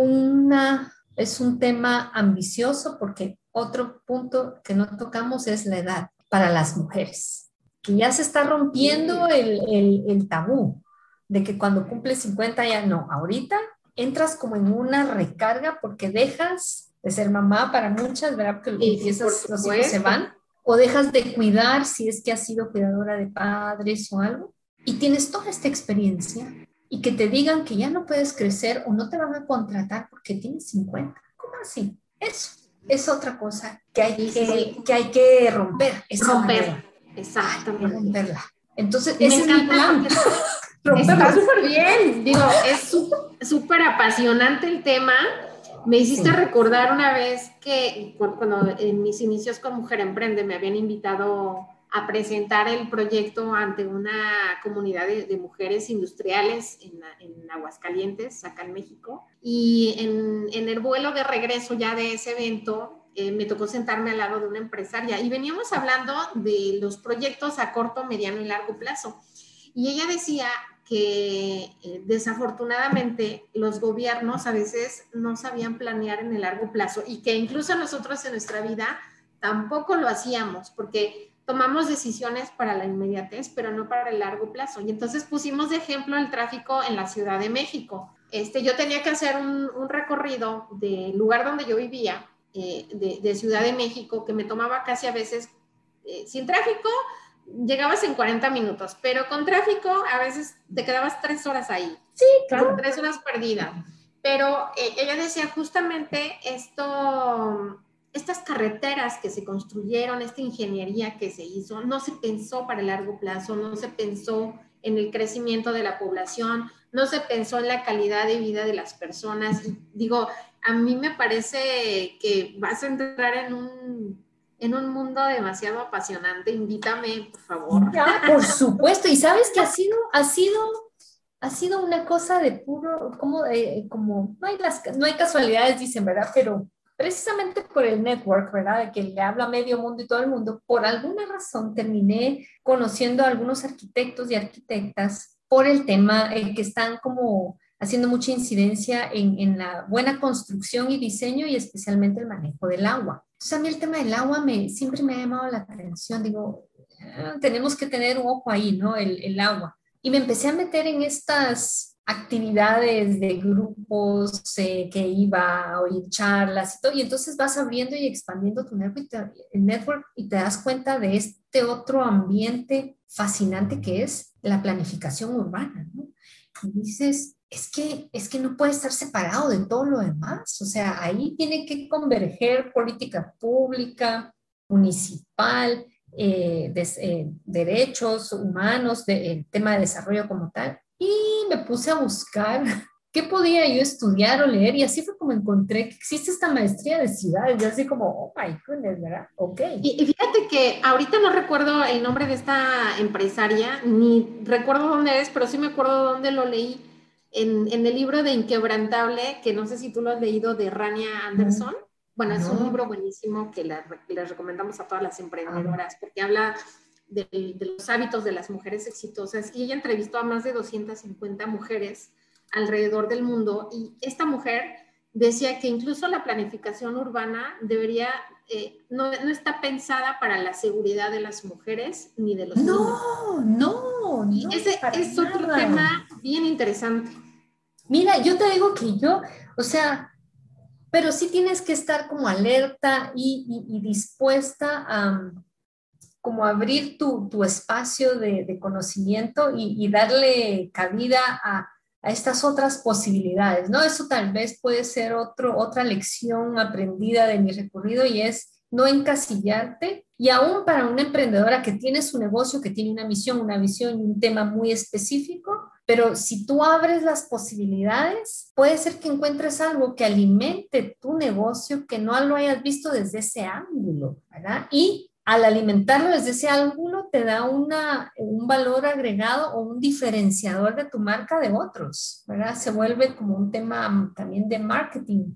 Speaker 3: es un tema ambicioso porque otro punto que no tocamos es la edad para las mujeres, que ya se está rompiendo el tabú de que cuando cumples 50 ya no, ahorita entras como en una recarga porque dejas de ser mamá para muchas, ¿verdad? Porque
Speaker 2: Sí, sí, por
Speaker 3: los hijos se
Speaker 2: supuesto.
Speaker 3: van, o dejas de cuidar si es que has sido cuidadora de padres o algo, y tienes toda esta experiencia, y que te digan que ya no puedes crecer o no te van a contratar porque tienes 50. ¿Cómo así? Eso es otra cosa
Speaker 2: Sí, sí, sí.
Speaker 3: que hay que romper, esa
Speaker 2: Romper.
Speaker 3: barrera. Hay que
Speaker 2: Exactamente.
Speaker 3: romperla. Entonces,
Speaker 2: Y me
Speaker 3: ese es mi
Speaker 2: encanta
Speaker 3: plan.
Speaker 2: porque está
Speaker 3: Romperlo.
Speaker 2: súper bien. Digo, es súper apasionante el tema. Me hiciste
Speaker 3: Sí.
Speaker 2: recordar una vez que cuando en mis inicios con Mujer Emprende me habían invitado a presentar el proyecto ante una comunidad de mujeres industriales en Aguascalientes, acá en México. Y en el vuelo de regreso ya de ese evento, me tocó sentarme al lado de una empresaria y veníamos hablando de los proyectos a corto, mediano y largo plazo. Y ella decía que desafortunadamente los gobiernos a veces no sabían planear en el largo plazo y que incluso nosotros en nuestra vida tampoco lo hacíamos porque tomamos decisiones para la inmediatez, pero no para el largo plazo. Y entonces pusimos de ejemplo el tráfico en la Ciudad de México. Yo tenía que hacer un recorrido del lugar donde yo vivía, de Ciudad de México, que me tomaba casi a veces, sin tráfico, llegabas en 40 minutos, pero con tráfico a veces te quedabas 3 horas ahí.
Speaker 3: Sí, claro.
Speaker 2: 3 horas perdidas. Pero ella decía justamente estas carreteras que se construyeron, esta ingeniería que se hizo, no se pensó para el largo plazo, no se pensó en el crecimiento de la población, no se pensó en la calidad de vida de las personas. Y digo, a mí me parece que vas a entrar en un mundo demasiado apasionante. Invítame, por favor.
Speaker 3: Ya, por supuesto. Y sabes que ha sido una cosa de puro, como no hay casualidades, dicen, ¿verdad? Pero precisamente por el network, ¿verdad? De que le habla a medio mundo y todo el mundo, por alguna razón terminé conociendo a algunos arquitectos y arquitectas por el tema que están como haciendo mucha incidencia en la buena construcción y diseño y especialmente el manejo del agua. Entonces a mí el tema del agua siempre me ha llamado la atención. Digo, tenemos que tener un ojo ahí, ¿no? El agua. Y me empecé a meter en estas actividades de grupos que iba a oír charlas y todo, y entonces vas abriendo y expandiendo tu network y te das cuenta de este otro ambiente fascinante que es la planificación urbana, ¿no? Y dices, es que no puede estar separado de todo lo demás, o sea, ahí tiene que converger política pública, municipal, derechos humanos, el tema de desarrollo como tal. Y me puse a buscar qué podía yo estudiar o leer y así fue como encontré que existe esta maestría de ciudades. Yo así como, oh my goodness, ¿verdad? Ok.
Speaker 2: Y fíjate que ahorita no recuerdo el nombre de esta empresaria, ni recuerdo dónde es, pero sí me acuerdo dónde lo leí en el libro de Inquebrantable, que no sé si tú lo has leído, de Rania Anderson. Bueno, es un
Speaker 3: No.
Speaker 2: libro buenísimo que les recomendamos a todas las emprendedoras, porque habla de los hábitos de las mujeres exitosas, y ella entrevistó a más de 250 mujeres alrededor del mundo, y esta mujer decía que incluso la planificación urbana debería, no está pensada para la seguridad de las mujeres ni de los niños.
Speaker 3: No,
Speaker 2: Y ese
Speaker 3: para
Speaker 2: es otro
Speaker 3: nada.
Speaker 2: tema bien interesante.
Speaker 3: Mira, yo te digo que o sea, pero sí tienes que estar como alerta y dispuesta a como abrir tu espacio de conocimiento y darle cabida a estas otras posibilidades, ¿no? Eso tal vez puede ser otra lección aprendida de mi recorrido y es no encasillarte. Y aún para una emprendedora que tiene su negocio, que tiene una misión, una visión y un tema muy específico, pero si tú abres las posibilidades, puede ser que encuentres algo que alimente tu negocio que no lo hayas visto desde ese ángulo, ¿verdad? Y al alimentarlo desde ese ángulo te da un valor agregado o un diferenciador de tu marca de otros, ¿verdad? Se vuelve como un tema también de marketing.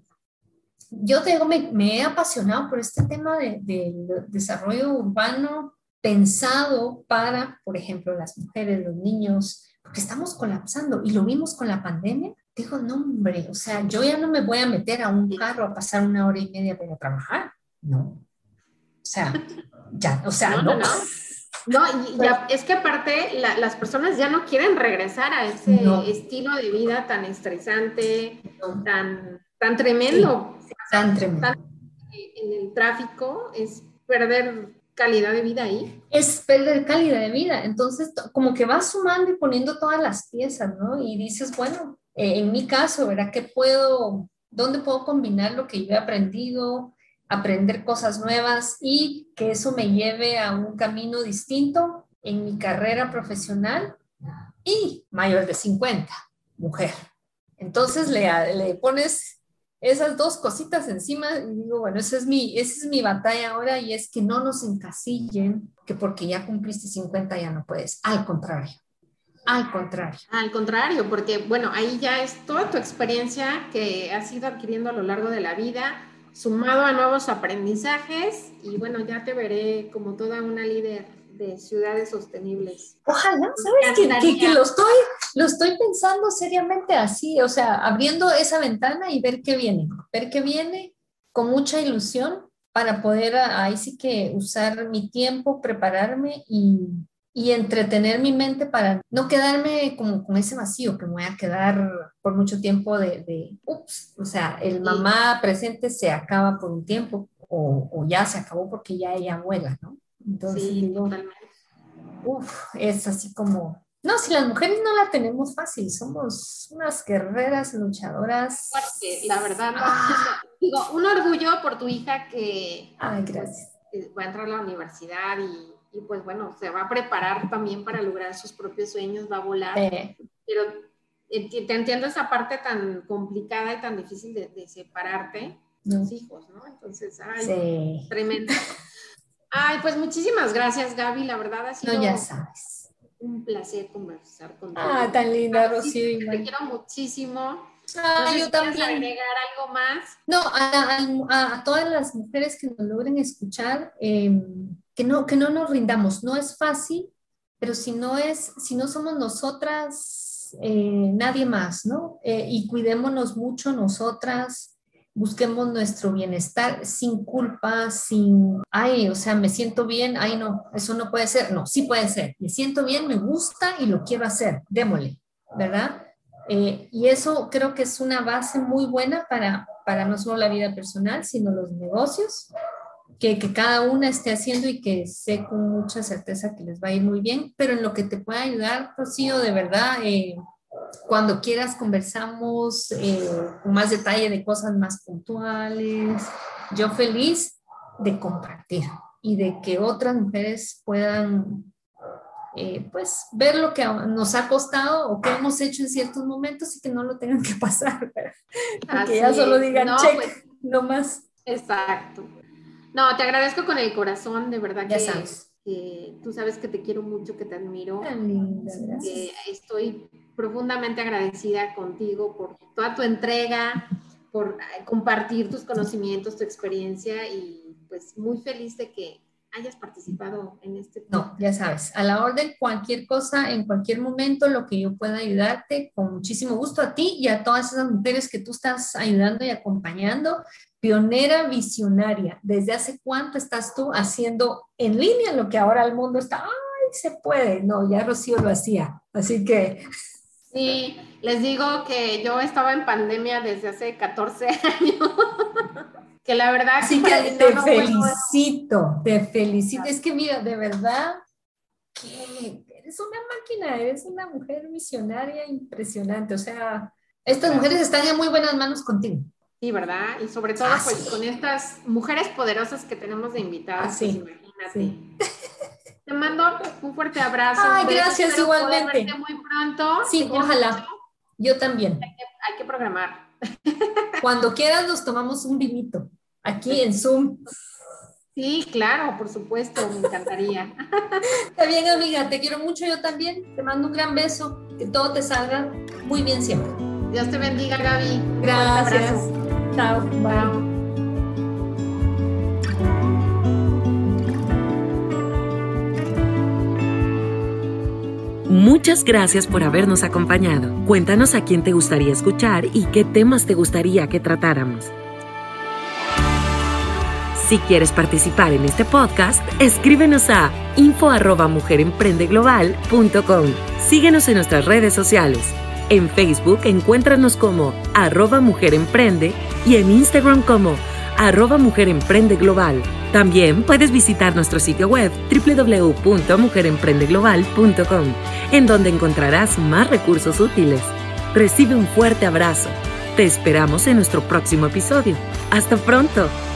Speaker 3: Yo te digo, me he apasionado por este tema de desarrollo urbano pensado para, por ejemplo, las mujeres, los niños, porque estamos colapsando y lo vimos con la pandemia. Digo, no, hombre, o sea, yo ya no me voy a meter a un carro a pasar 1 hora y media para trabajar, no. O sea, ya, o sea, no.
Speaker 2: No, y ya, es que aparte las personas ya no quieren regresar a ese
Speaker 3: No,
Speaker 2: estilo de vida tan estresante,
Speaker 3: no.
Speaker 2: tan tremendo.
Speaker 3: Sí, tan tremendo.
Speaker 2: En el tráfico es perder calidad de vida ahí.
Speaker 3: Es perder calidad de vida. Entonces, como que vas sumando y poniendo todas las piezas, ¿no? Y dices, bueno, en mi caso, ¿verdad? ¿Dónde puedo combinar lo que yo he aprendido, aprender cosas nuevas y que eso me lleve a un camino distinto en mi carrera profesional y mayor de 50, mujer? Entonces le pones esas dos cositas encima y digo, bueno, esa es mi batalla ahora y es que no nos encasillen que porque ya cumpliste 50 ya no puedes. Al contrario, al contrario.
Speaker 2: Al contrario, porque bueno, ahí ya es toda tu experiencia que has ido adquiriendo a lo largo de la vida, sumado a nuevos aprendizajes, y bueno, ya te veré como toda una líder de ciudades sostenibles.
Speaker 3: Ojalá,
Speaker 2: Me
Speaker 3: ¿sabes? Que
Speaker 2: encantaría.
Speaker 3: lo estoy pensando seriamente así, o sea, abriendo esa ventana y ver qué viene con mucha ilusión para poder ahí sí que usar mi tiempo, prepararme y entretener mi mente para no quedarme como con ese vacío que me voy a quedar por mucho tiempo ups, o sea, el
Speaker 2: Sí,
Speaker 3: mamá presente se acaba por un tiempo o ya se acabó porque ya ella abuela, ¿no? Entonces
Speaker 2: sí,
Speaker 3: digo,
Speaker 2: totalmente.
Speaker 3: es así como, no, si las mujeres no la tenemos fácil, somos unas guerreras, luchadoras.
Speaker 2: Fuerte, la verdad,
Speaker 3: Ah,
Speaker 2: digo, un orgullo por tu hija que
Speaker 3: ay,
Speaker 2: pues
Speaker 3: gracias.
Speaker 2: va a entrar a la universidad y pues bueno, se va a preparar también para lograr sus propios sueños, va a volar, pero te entiendo esa parte tan complicada y tan difícil de separarte de tus hijos, ¿no? Entonces, tremendo. Ay, pues muchísimas gracias, Gaby, la verdad ha sido
Speaker 3: ya sabes,
Speaker 2: un placer conversar contigo.
Speaker 3: Tan linda, Rocío.
Speaker 2: Te quiero muchísimo.
Speaker 3: No sé
Speaker 2: yo
Speaker 3: si también.
Speaker 2: Agregar algo más.
Speaker 3: No, a todas las mujeres que nos logren escuchar, que no nos rindamos. No es fácil, pero si no somos nosotras, nadie más, ¿no? Y cuidémonos mucho nosotras, busquemos nuestro bienestar sin culpa, o sea, me siento bien, no, eso no puede ser. No, sí puede ser. Me siento bien, me gusta y lo quiero hacer. Démosle, ¿verdad? Y eso creo que es una base muy buena para no solo la vida personal, sino los negocios, que cada una esté haciendo y que sé con mucha certeza que les va a ir muy bien, pero en lo que te pueda ayudar, Rocío, de verdad, cuando quieras conversamos con más detalle de cosas más puntuales. Yo feliz de compartir y de que otras mujeres puedan pues ver lo que nos ha costado o que hemos hecho en ciertos momentos y que no lo tengan que pasar, que ya solo digan check, pues, no más.
Speaker 2: Exacto. No, te agradezco con el corazón, de verdad.
Speaker 3: Ya sabes.
Speaker 2: Que tú sabes que te quiero mucho, que te admiro.
Speaker 3: Tan linda, gracias.
Speaker 2: Estoy profundamente agradecida contigo por toda tu entrega, por compartir tus conocimientos, tu experiencia, y pues muy feliz de que hayas participado en este podcast.
Speaker 3: No, ya sabes, a la orden, cualquier cosa, en cualquier momento, lo que yo pueda ayudarte, con muchísimo gusto, a ti y a todas esas mujeres que tú estás ayudando y acompañando. Pionera, visionaria. ¿Desde hace cuánto estás tú haciendo en línea lo que ahora el mundo está? ¡Ay, se puede! No, ya Rocío lo hacía, así que...
Speaker 2: Sí, les digo que yo estaba en pandemia desde hace 14 años. Que la verdad...
Speaker 3: Así que te felicito. Es que mira, de verdad, que eres una máquina, eres una mujer visionaria impresionante. O sea, estas mujeres están en muy buenas manos contigo.
Speaker 2: Sí, ¿verdad? Y sobre todo, pues, con estas mujeres poderosas que tenemos de invitadas, pues, imagínate. Sí. Te mando un fuerte abrazo.
Speaker 3: Gracias, igualmente.
Speaker 2: Verte muy pronto.
Speaker 3: Sí, ojalá. Yo también.
Speaker 2: Hay que programar.
Speaker 3: Cuando quieras nos tomamos un vinito. Aquí en Zoom.
Speaker 2: Sí, claro, por supuesto, me encantaría.
Speaker 3: Está bien, amiga, te quiero mucho, yo también. Te mando un gran beso, que todo te salga muy bien siempre.
Speaker 2: Dios te bendiga, Gaby.
Speaker 3: Gracias. Chao. Bye.
Speaker 1: Muchas gracias por habernos acompañado. Cuéntanos a quién te gustaría escuchar y qué temas te gustaría que tratáramos. Si quieres participar en este podcast, escríbenos a info@mujeremprendeglobal.com. Síguenos en nuestras redes sociales. En Facebook, encuéntranos como @mujeremprende y en Instagram como @mujeremprendeglobal. También puedes visitar nuestro sitio web www.mujeremprendeglobal.com, en donde encontrarás más recursos útiles. Recibe un fuerte abrazo. Te esperamos en nuestro próximo episodio. ¡Hasta pronto!